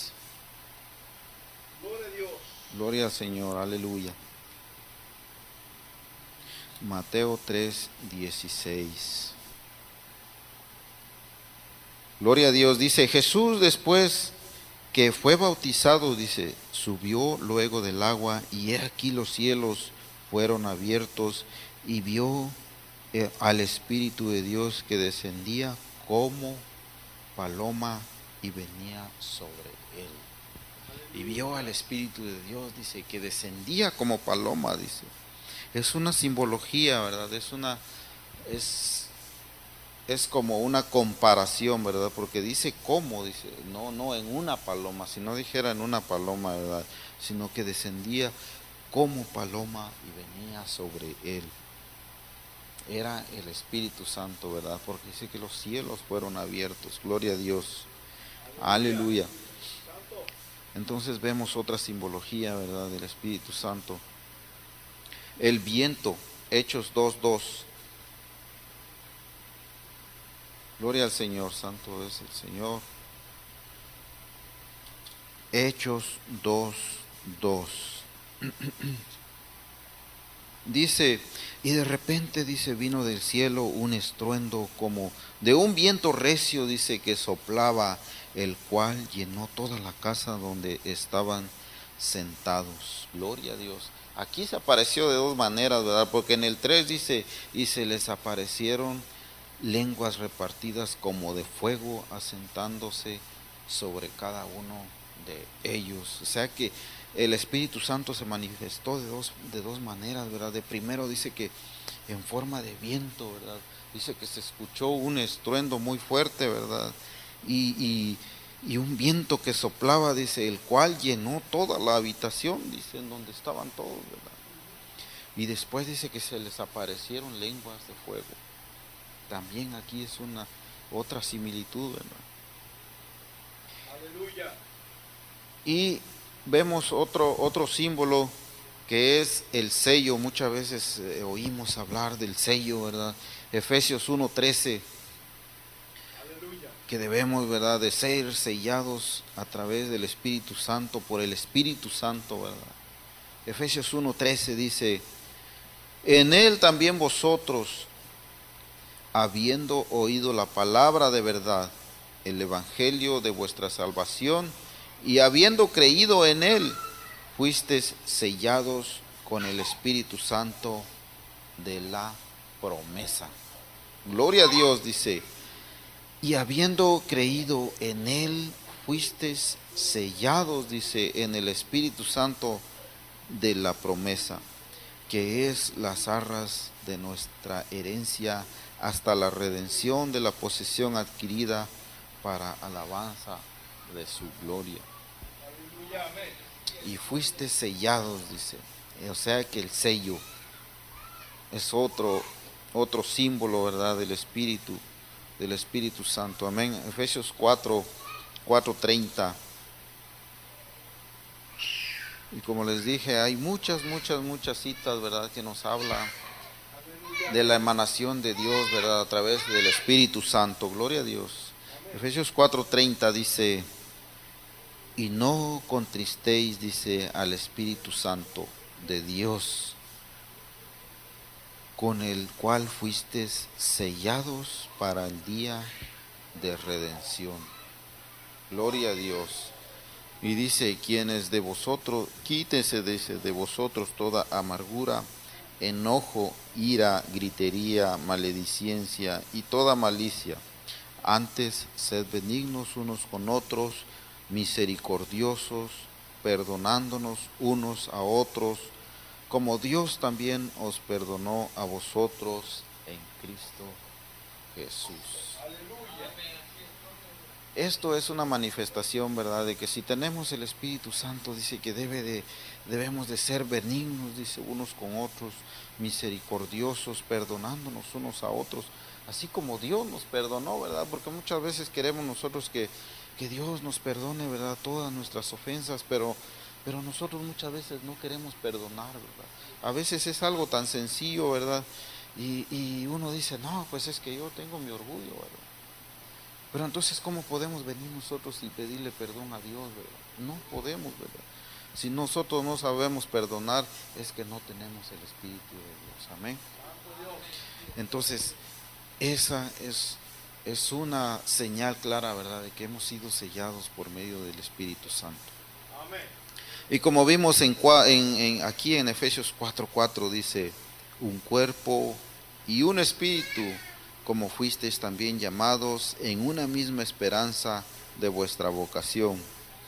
Speaker 1: Gloria al Señor, aleluya. Mateo 3:16. Gloria a Dios. Dice, Jesús después que fue bautizado, dice, subió luego del agua, y he aquí los cielos fueron abiertos, y vio al Espíritu de Dios que descendía como paloma y venía sobre él. Y vio al Espíritu de Dios, dice, que descendía como paloma, dice. Es una simbología, ¿verdad? Es como una comparación, ¿verdad? Porque dice cómo, dice, no en una paloma, si no dijera en una paloma, ¿verdad? Sino que descendía como paloma y venía sobre él. Era el Espíritu Santo, ¿verdad? Porque dice que los cielos fueron abiertos. Gloria a Dios. Aleluya. Entonces vemos otra simbología, ¿verdad?, del Espíritu Santo. El viento, Hechos 2:2. Gloria al Señor, santo es el Señor. Hechos 2:2. Dice, y de repente, dice, vino del cielo un estruendo como de un viento recio, dice, que soplaba, el cual llenó toda la casa donde estaban sentados. Gloria a Dios. Aquí se apareció de dos maneras, ¿verdad? Porque en el 3 dice, y se les aparecieron lenguas repartidas como de fuego, asentándose sobre cada uno de ellos. O sea que el Espíritu Santo se manifestó de dos maneras, ¿verdad? De primero dice que en forma de viento, ¿verdad? Dice que se escuchó un estruendo muy fuerte, ¿verdad? Y un viento que soplaba, dice, el cual llenó toda la habitación, dice, en donde estaban todos, ¿verdad? Y después dice que se les aparecieron lenguas de fuego. También aquí es una otra similitud, ¿verdad?
Speaker 2: Aleluya.
Speaker 1: Y vemos otro símbolo que es el sello. Muchas veces oímos hablar del sello, ¿verdad? Efesios 1:13, que debemos, ¿verdad?, de ser sellados a través del Espíritu Santo, por el Espíritu Santo, ¿verdad? Efesios 1:13 dice, en él también vosotros, habiendo oído la palabra de verdad, el evangelio de vuestra salvación, y habiendo creído en él, fuisteis sellados con el Espíritu Santo de la promesa. Gloria a Dios, dice, y habiendo creído en él, fuisteis sellados, dice, en el Espíritu Santo de la promesa, que es las arras de nuestra herencia hasta la redención de la posesión adquirida para alabanza de su gloria. Y fuiste sellados, dice. O sea que el sello es otro símbolo, ¿verdad? Del Espíritu Santo. Amén. Efesios 4:30. Y como les dije, hay muchas citas, ¿verdad? Que nos habla de la emanación de Dios, ¿verdad? A través del Espíritu Santo. Gloria a Dios. Efesios 4:30 dice: y no contristéis, dice, al Espíritu Santo de Dios, con el cual fuisteis sellados para el día de redención. Gloria a Dios. Y dice: quienes de vosotros, quítese, dice, de vosotros toda amargura, enojo, ira, gritería, maledicencia y toda malicia. Antes, sed benignos unos con otros, misericordiosos, perdonándonos unos a otros, como Dios también os perdonó a vosotros en Cristo Jesús. Esto es una manifestación, ¿verdad? De que si tenemos el Espíritu Santo, dice que debemos de ser benignos, dice, unos con otros, misericordiosos, perdonándonos unos a otros, así como Dios nos perdonó, ¿verdad? Porque muchas veces queremos nosotros que Dios nos perdone, ¿verdad? Todas nuestras ofensas, pero nosotros muchas veces no queremos perdonar, ¿verdad? A veces es algo tan sencillo, ¿verdad? Y uno dice, no, pues es que yo tengo mi orgullo, ¿verdad? Pero entonces, ¿cómo podemos venir nosotros y pedirle perdón a Dios, verdad? No podemos, ¿verdad? Si nosotros no sabemos perdonar, es que no tenemos el Espíritu de Dios. Amén. Entonces, esa es una señal clara, ¿verdad?, de que hemos sido sellados por medio del Espíritu Santo. Amén. Y como vimos aquí en Efesios 4:4 dice: un cuerpo y un espíritu, como fuisteis también llamados en una misma esperanza de vuestra vocación,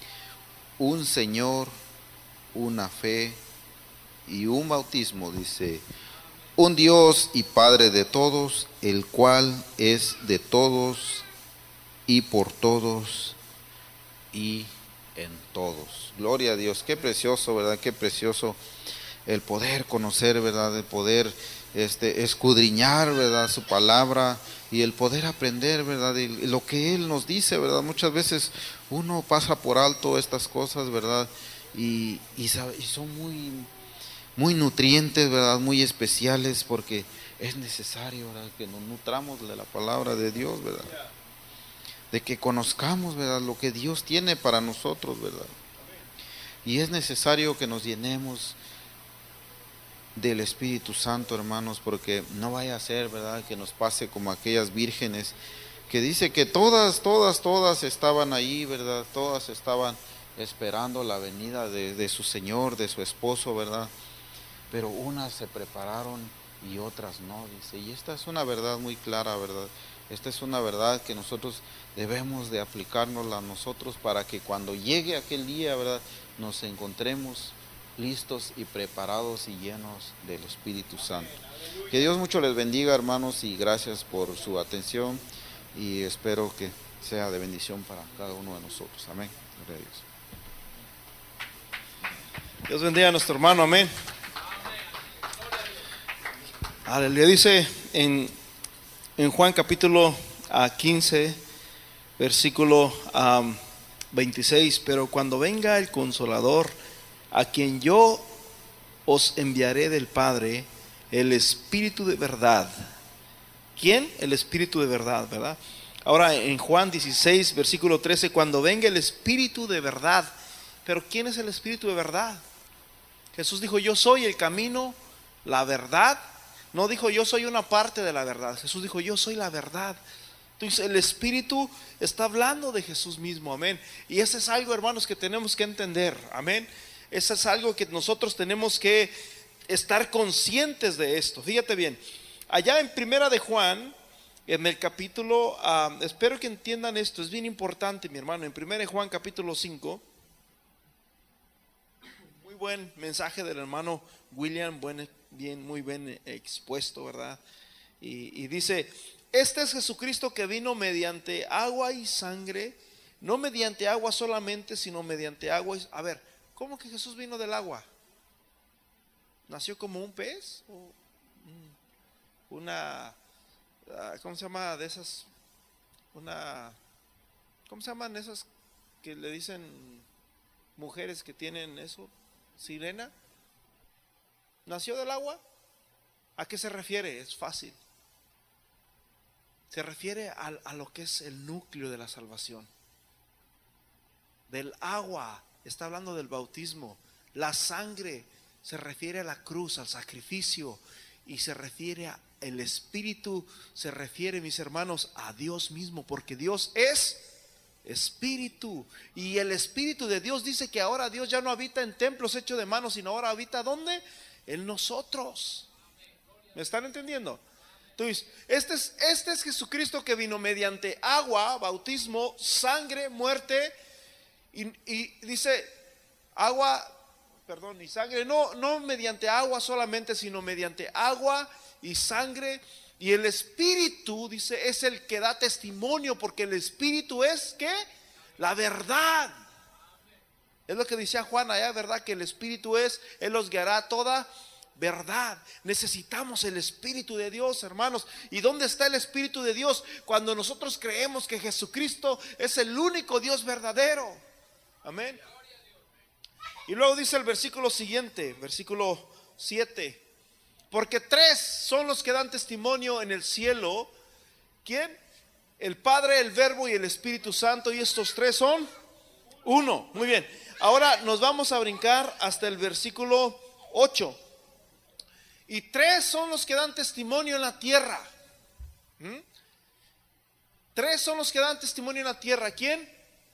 Speaker 1: un Señor, una fe y un bautismo, dice, un Dios y Padre de todos, el cual es de todos y por todos y en todos. Gloria a Dios. Qué precioso, ¿verdad? Qué precioso el poder conocer, ¿verdad? El poder escudriñar, ¿verdad?, su palabra, y el poder aprender, ¿verdad?, y lo que Él nos dice, ¿verdad? Muchas veces uno pasa por alto estas cosas, ¿verdad? Y son muy nutrientes, ¿verdad? Muy especiales, porque es necesario, ¿verdad?, que nos nutramos de la palabra de Dios, ¿verdad? De que conozcamos, ¿verdad?, lo que Dios tiene para nosotros, ¿verdad? Y es necesario que nos llenemos del Espíritu Santo, hermanos, porque no vaya a ser, ¿verdad?, que nos pase como aquellas vírgenes que dice que todas estaban ahí, ¿verdad? Todas estaban esperando la venida de su Señor, de su esposo, ¿verdad? Pero unas se prepararon y otras no, dice. Y esta es una verdad muy clara, ¿verdad? Esta es una verdad que nosotros debemos de aplicárnosla a nosotros para que cuando llegue aquel día, ¿verdad?, nos encontremos listos y preparados y llenos del Espíritu Santo. Que Dios mucho les bendiga, hermanos, y gracias por su atención, y espero que sea de bendición para cada uno de nosotros. Amén. Gloria a Dios.
Speaker 3: Dios bendiga a nuestro hermano, amén. Aleluya. Dice en Juan capítulo 15, versículo 26, pero cuando venga el Consolador, a quien yo os enviaré del Padre, el Espíritu de verdad. ¿Quién? El Espíritu de verdad, ¿verdad? Ahora en Juan 16, versículo 13, cuando venga el Espíritu de verdad. Pero ¿quién es el Espíritu de verdad? Jesús dijo, yo soy el camino, la verdad. No dijo, yo soy una parte de la verdad. Jesús dijo, yo soy la verdad. Entonces el Espíritu está hablando de Jesús mismo, amén. Y eso es algo, hermanos, que tenemos que entender, amén. Eso es algo que nosotros tenemos que estar conscientes de esto. Fíjate bien, allá en Primera de Juan, en el capítulo, espero que entiendan esto, es bien importante, mi hermano. En Primera de Juan capítulo 5, muy buen mensaje del hermano William, muy bien expuesto, ¿verdad? Y dice, este es Jesucristo que vino mediante agua y sangre, no mediante agua solamente, sino mediante agua y... A ver, ¿cómo que Jesús vino del agua? ¿Nació como un pez? ¿cómo se llama? De esas, ¿cómo se llaman esas que le dicen mujeres que tienen eso? Sirena. ¿Nació del agua? ¿A qué se refiere? Es fácil. Se refiere a lo que es el núcleo de la salvación. Del agua, está hablando del bautismo. La sangre se refiere a la cruz, al sacrificio. Y se refiere el Espíritu, se refiere, mis hermanos, a Dios mismo, porque Dios es Espíritu. Y el Espíritu de Dios dice que ahora Dios ya no habita en templos hechos de manos, sino ahora habita ¿dónde? En nosotros. ¿Me están entendiendo? Entonces, este es Jesucristo que vino mediante agua, bautismo, sangre, muerte, y dice agua, perdón, y sangre, no mediante agua solamente, sino mediante agua y sangre. Y el Espíritu, dice, es el que da testimonio, porque el Espíritu es, ¿qué? La verdad. Es lo que decía Juan allá, ¿verdad? Que el Espíritu es, Él los guiará a toda verdad. Necesitamos el Espíritu de Dios, hermanos. ¿Y dónde está el Espíritu de Dios? Cuando nosotros creemos que Jesucristo es el único Dios verdadero. Amén. Y luego dice el versículo siguiente, versículo 7. Porque 3 son los que dan testimonio en el cielo. ¿Quién? El Padre, el Verbo y el Espíritu Santo. Y estos 3 son uno. Muy bien. Ahora nos vamos a brincar hasta el versículo 8. Y 3 son los que dan testimonio en la tierra. 3 son los que dan testimonio en la tierra. ¿Quién?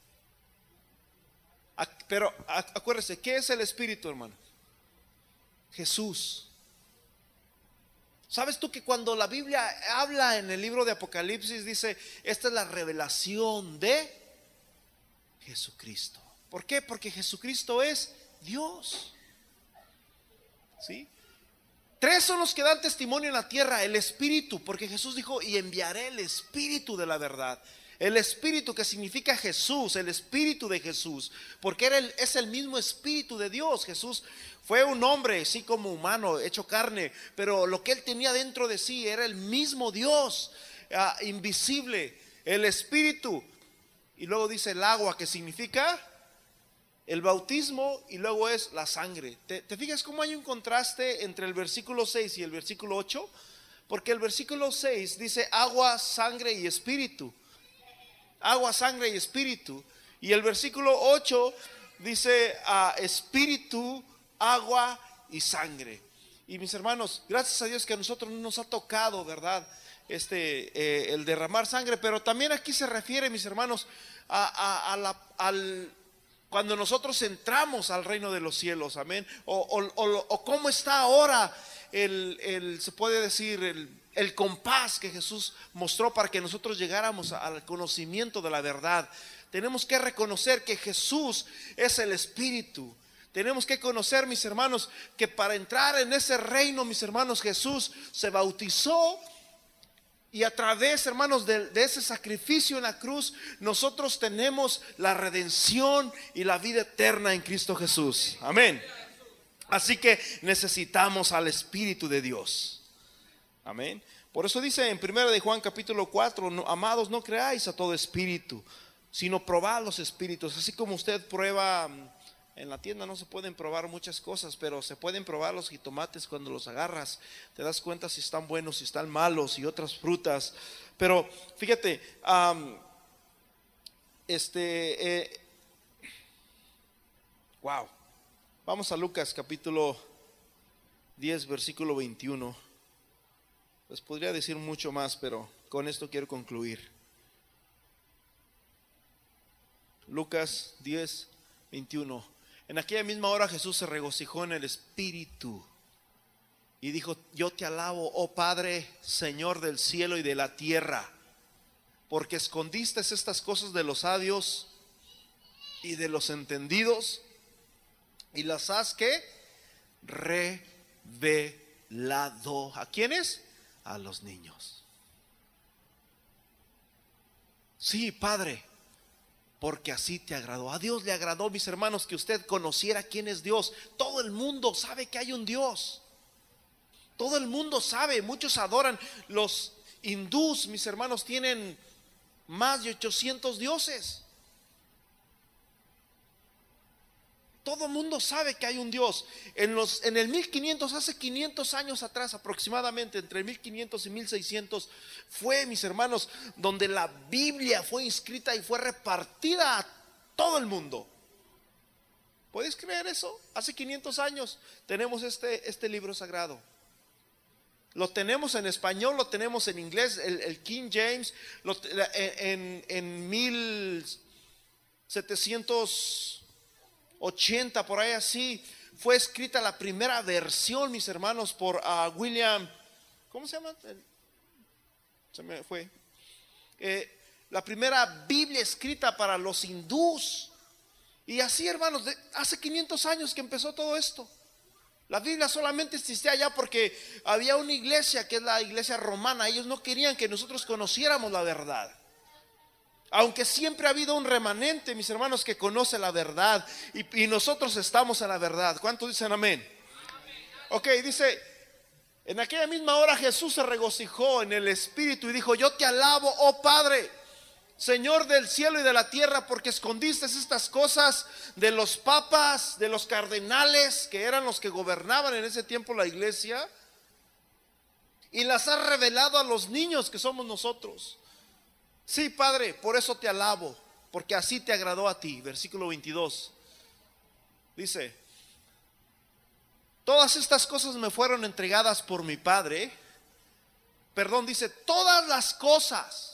Speaker 3: Pero acuérdese, ¿qué es el Espíritu, hermano? Jesús. ¿Sabes tú que cuando la Biblia habla en el libro de Apocalipsis dice, esta es la revelación de Jesucristo? ¿Por qué? Porque Jesucristo es Dios. ¿Sí? 3 son los que dan testimonio en la tierra, el Espíritu, porque Jesús dijo, y enviaré el Espíritu de la verdad. El Espíritu, que significa Jesús, el Espíritu de Jesús, porque es el mismo Espíritu de Dios. Jesús fue un hombre, sí, como humano, hecho carne, pero lo que Él tenía dentro de sí era el mismo Dios, invisible, el Espíritu. Y luego dice el agua, que significa el bautismo, y luego es la sangre. ¿Te fijas cómo hay un contraste entre el versículo 6 y el versículo 8? Porque el versículo 6 dice agua, sangre y espíritu. Agua, sangre y espíritu. Y el versículo 8 dice espíritu, agua y sangre. Y mis hermanos, gracias a Dios que a nosotros no nos ha tocado, ¿verdad? El derramar sangre. Pero también aquí se refiere, mis hermanos, cuando nosotros entramos al reino de los cielos, amén. O cómo está ahora se puede decir el compás que Jesús mostró para que nosotros llegáramos al conocimiento de la verdad. Tenemos que reconocer que Jesús es el Espíritu. Tenemos que conocer, mis hermanos, que para entrar en ese reino, mis hermanos, Jesús se bautizó. Y a través, hermanos, de ese sacrificio en la cruz, nosotros tenemos la redención y la vida eterna en Cristo Jesús. Amén. Así que necesitamos al Espíritu de Dios. Amén. Por eso dice en 1 de Juan capítulo 4, amados, no creáis a todo espíritu, sino probad los espíritus. Así como usted prueba, en la tienda no se pueden probar muchas cosas, pero se pueden probar los jitomates cuando los agarras. Te das cuenta si están buenos, si están malos, y otras frutas. Pero fíjate, wow. Vamos a Lucas capítulo 10, versículo 21. Les podría decir mucho más, pero con esto quiero concluir. Lucas 10, 21. En aquella misma hora Jesús se regocijó en el Espíritu y dijo: yo te alabo, oh Padre, Señor del cielo y de la tierra, porque escondiste estas cosas de los sabios y de los entendidos y las has ¿qué? Revelado. ¿A quiénes? A los niños. Sí, Padre, porque así te agradó. A Dios le agradó, mis hermanos, que usted conociera quién es Dios. Todo el mundo sabe que hay un Dios. Todo el mundo sabe, muchos adoran. Los hindús, mis hermanos, tienen más de 800 dioses. Todo el mundo sabe que hay un Dios. En el 1500, hace 500 años atrás aproximadamente, entre 1500 y 1600, fue, mis hermanos, donde la Biblia fue inscrita y fue repartida a todo el mundo. ¿Puedes creer eso? Hace 500 años tenemos este libro sagrado. Lo tenemos en español, lo tenemos en inglés, el King James, en 1780, por ahí así, fue escrita la primera versión, mis hermanos, por William, ¿cómo se llama? Se me fue. La primera Biblia escrita para los hindús. Y así, hermanos, hace 500 años que empezó todo esto. La Biblia solamente existía allá porque había una iglesia, que es la iglesia romana. Ellos no querían que nosotros conociéramos la verdad. Aunque siempre ha habido un remanente, mis hermanos, que conoce la verdad. Y nosotros estamos en la verdad. ¿Cuántos dicen amén? Ok, dice, en aquella misma hora Jesús se regocijó en el Espíritu y dijo: yo te alabo, oh Padre, Señor del cielo y de la tierra, porque escondiste estas cosas de los papas, de los cardenales, que eran los que gobernaban en ese tiempo la iglesia, y las has revelado a los niños, que somos nosotros. Sí, Padre, por eso te alabo, porque así te agradó a ti. Versículo 22 dice: todas estas cosas me fueron entregadas por mi Padre. Perdón, dice todas las cosas.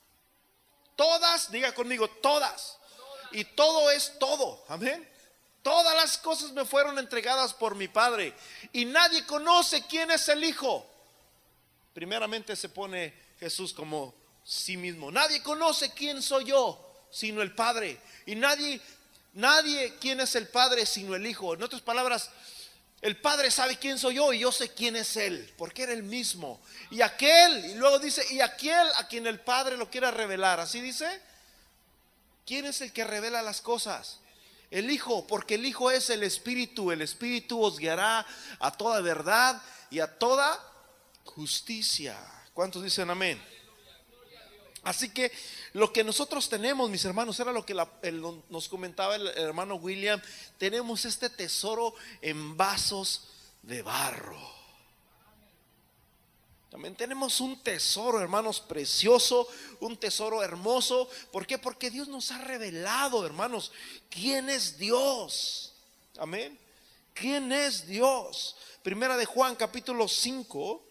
Speaker 3: Todas, diga conmigo, todas. Y todo es todo, amén. Todas las cosas me fueron entregadas por mi Padre, y nadie conoce quién es el Hijo. Primeramente se pone Jesús como sí mismo. Nadie conoce quién soy yo sino el Padre, y nadie quién es el Padre sino el Hijo. En otras palabras, el Padre sabe quién soy yo y yo sé quién es Él, porque era el mismo. Y luego dice, y aquel a quien el Padre lo quiera revelar. Así dice. ¿Quién es el que revela las cosas? El Hijo, porque el Hijo es el Espíritu. El Espíritu os guiará a toda verdad y a toda justicia. ¿Cuántos dicen amén? Así que lo que nosotros tenemos, mis hermanos, era lo que nos comentaba el hermano William. Tenemos este tesoro en vasos de barro. También tenemos un tesoro, hermanos, precioso, un tesoro hermoso. ¿Por qué? Porque Dios nos ha revelado, hermanos, quién es Dios. Amén. ¿Quién es Dios? Primera de Juan, capítulo 5,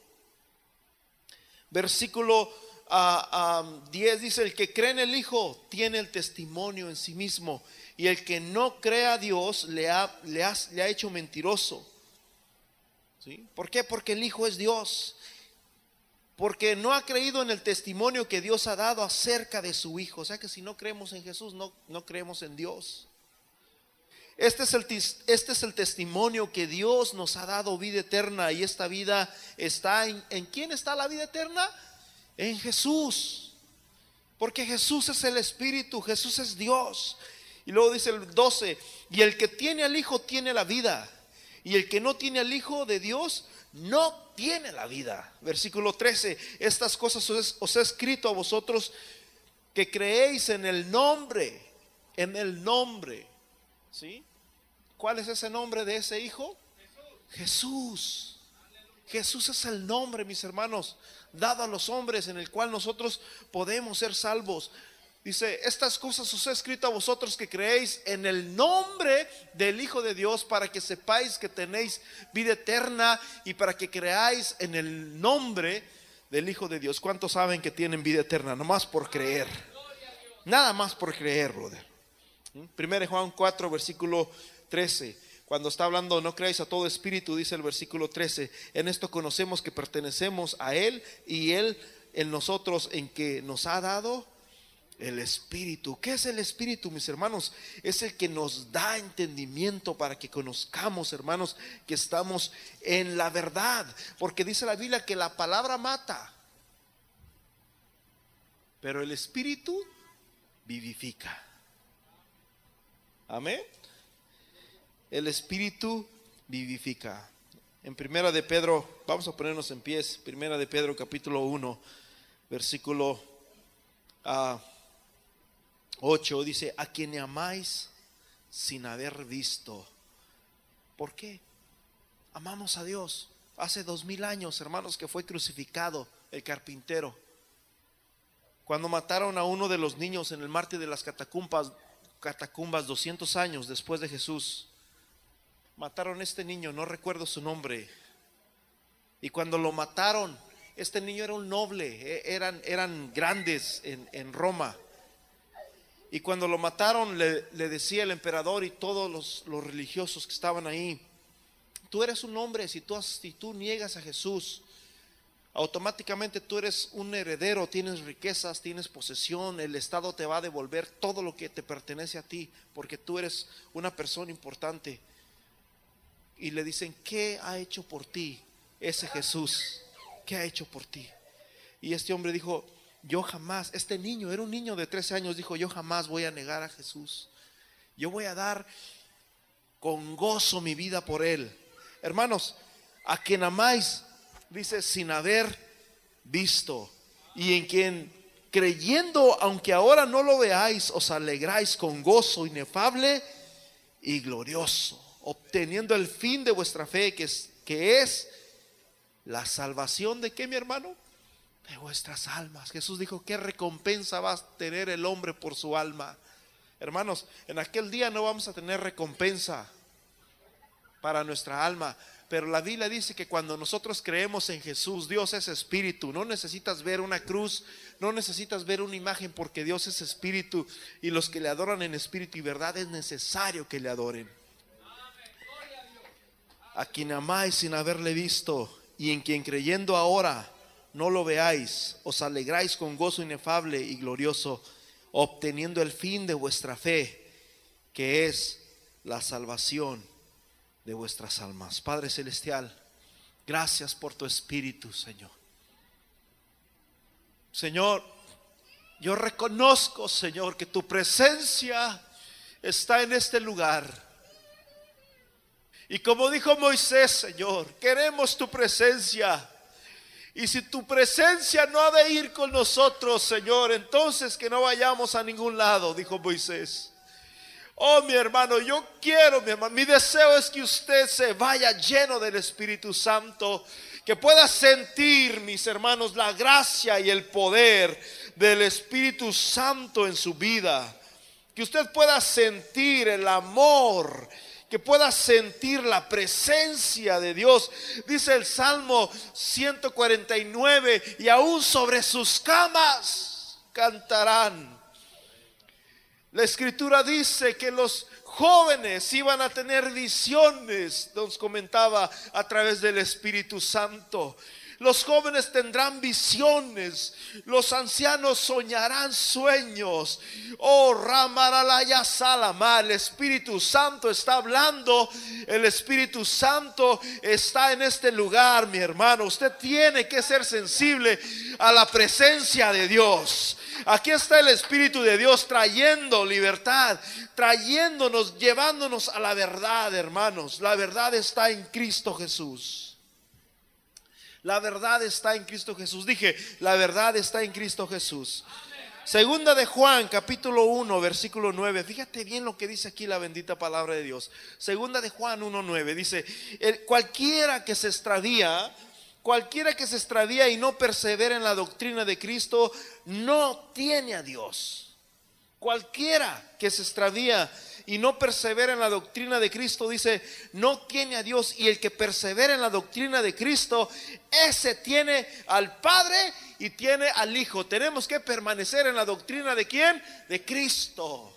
Speaker 3: versículo 10 dice: el que cree en el Hijo tiene el testimonio en sí mismo, y el que no cree a Dios le ha hecho mentiroso. ¿Sí? ¿Por qué? Porque el Hijo es Dios. Porque no ha creído en el testimonio que Dios ha dado acerca de su Hijo. O sea que si no creemos en Jesús, no creemos en Dios. Este es el testimonio que Dios nos ha dado, vida eterna. Y esta vida está ¿en quién está la vida eterna? En Jesús. Porque Jesús es el Espíritu, Jesús es Dios. Y luego dice el 12: y el que tiene al Hijo tiene la vida, y el que no tiene al Hijo de Dios no tiene la vida. Versículo 13: estas cosas os he escrito a vosotros que creéis en el nombre. ¿Sí? ¿Cuál es ese nombre de ese Hijo? Jesús. Jesús es el nombre, mis hermanos, dado a los hombres, en el cual nosotros podemos ser salvos. Dice: estas cosas os he escrito a vosotros que creéis en el nombre del Hijo de Dios, para que sepáis que tenéis vida eterna, y para que creáis en el nombre del Hijo de Dios. ¿Cuántos saben que tienen vida eterna? Nomás por creer. Nada más por creer, brother. 1 Juan 4, versículo 13. Cuando está hablando, no creáis a todo espíritu, dice el versículo 13: en esto conocemos que pertenecemos a Él, y Él en nosotros, en que nos ha dado el Espíritu. ¿Qué es el Espíritu, mis hermanos? Es el que nos da entendimiento para que conozcamos, hermanos, que estamos en la verdad. Porque dice la Biblia que la palabra mata, pero el Espíritu vivifica. Amén. El Espíritu vivifica. En Primera de Pedro, vamos a ponernos en pies. Primera de Pedro capítulo 1, versículo 8, dice: a quien amáis sin haber visto. ¿Por qué? Amamos a Dios. Hace 2000 años, hermanos, que fue crucificado el carpintero. Cuando mataron a uno de los niños en el mártir de las catacumbas 200 años después de Jesús, mataron a este niño, no recuerdo su nombre. Y cuando lo mataron, este niño era un noble, eran grandes en Roma. Y cuando lo mataron, le decía el emperador y todos los religiosos que estaban ahí: tú eres un hombre, si tú niegas a Jesús, automáticamente tú eres un heredero, tienes riquezas, tienes posesión, el Estado te va a devolver todo lo que te pertenece a ti, porque tú eres una persona importante. Y le dicen: ¿qué ha hecho por ti ese Jesús? ¿Qué ha hecho por ti? Y este hombre dijo: yo jamás, este niño, era un niño de 13 años, dijo: yo jamás voy a negar a Jesús. Yo voy a dar con gozo mi vida por él. Hermanos, a quien amáis, dice, sin haber visto, y en quien creyendo, aunque ahora no lo veáis, os alegráis con gozo inefable y glorioso, obteniendo el fin de vuestra fe, que es la salvación de ¿qué, mi hermano? De vuestras almas. Jesús dijo: ¿qué recompensa va a tener el hombre por su alma? Hermanos, en aquel día no vamos a tener recompensa para nuestra alma, pero la Biblia dice que cuando nosotros creemos en Jesús, Dios es espíritu. No necesitas ver una cruz, no necesitas ver una imagen, porque Dios es espíritu, y los que le adoran en espíritu y verdad es necesario que le adoren. A quien amáis sin haberle visto, y en quien creyendo ahora no lo veáis, os alegráis con gozo inefable y glorioso, obteniendo el fin de vuestra fe, que es la salvación de vuestras almas. Padre celestial, gracias por tu espíritu, Señor. Señor, yo reconozco, Señor, que tu presencia está en este lugar. Y como dijo Moisés, Señor, queremos tu presencia. Y si tu presencia no ha de ir con nosotros, Señor, entonces que no vayamos a ningún lado, dijo Moisés. Oh, mi hermano, yo quiero, mi hermano, mi deseo es que usted se vaya lleno del Espíritu Santo, que pueda sentir, mis hermanos, la gracia y el poder del Espíritu Santo en su vida, que usted pueda sentir el amor, que pueda sentir la presencia de Dios. Dice el Salmo 149: y aún sobre sus camas cantarán. La Escritura dice que los jóvenes iban a tener visiones, nos comentaba a través del Espíritu Santo. Los jóvenes tendrán visiones, los ancianos soñarán sueños. Oh, Ramaralaya Salama, el Espíritu Santo está hablando, el Espíritu Santo está en este lugar, mi hermano. Usted tiene que ser sensible a la presencia de Dios. Aquí está el Espíritu de Dios trayendo libertad, trayéndonos, llevándonos a la verdad, hermanos. La verdad está en Cristo Jesús. La verdad está en Cristo Jesús. Dije, la verdad está en Cristo Jesús. Segunda de Juan, capítulo 1, versículo 9. Fíjate bien lo que dice aquí la bendita palabra de Dios. Segunda de Juan 1:9 dice: cualquiera que se extravía y no persevera en la doctrina de Cristo, no tiene a Dios. Cualquiera que se extravía y no persevera en la doctrina de Cristo, dice, no tiene a Dios. Y el que persevera en la doctrina de Cristo, ese tiene al Padre y tiene al Hijo. Tenemos que permanecer en la doctrina ¿de quién? De Cristo.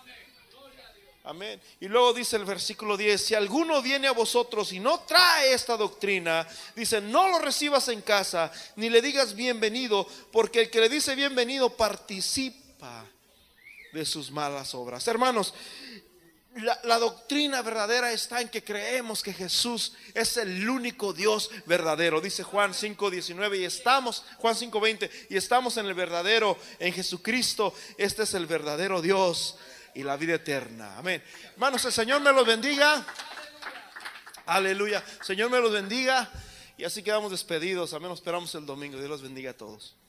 Speaker 3: Amén. Y luego dice el versículo 10: si alguno viene a vosotros y no trae esta doctrina, dice, no lo recibas en casa, ni le digas bienvenido, porque el que le dice bienvenido participa de sus malas obras. Hermanos, la doctrina verdadera está en que creemos que Jesús es el único Dios verdadero. Dice Juan 5:19 y estamos, Juan 5:20, y estamos en el verdadero, en Jesucristo. Este es el verdadero Dios y la vida eterna. Amén. Hermanos, el Señor me los bendiga. Aleluya. Señor me los bendiga. Y así quedamos despedidos. Amén. Nos esperamos el domingo. Dios los bendiga a todos.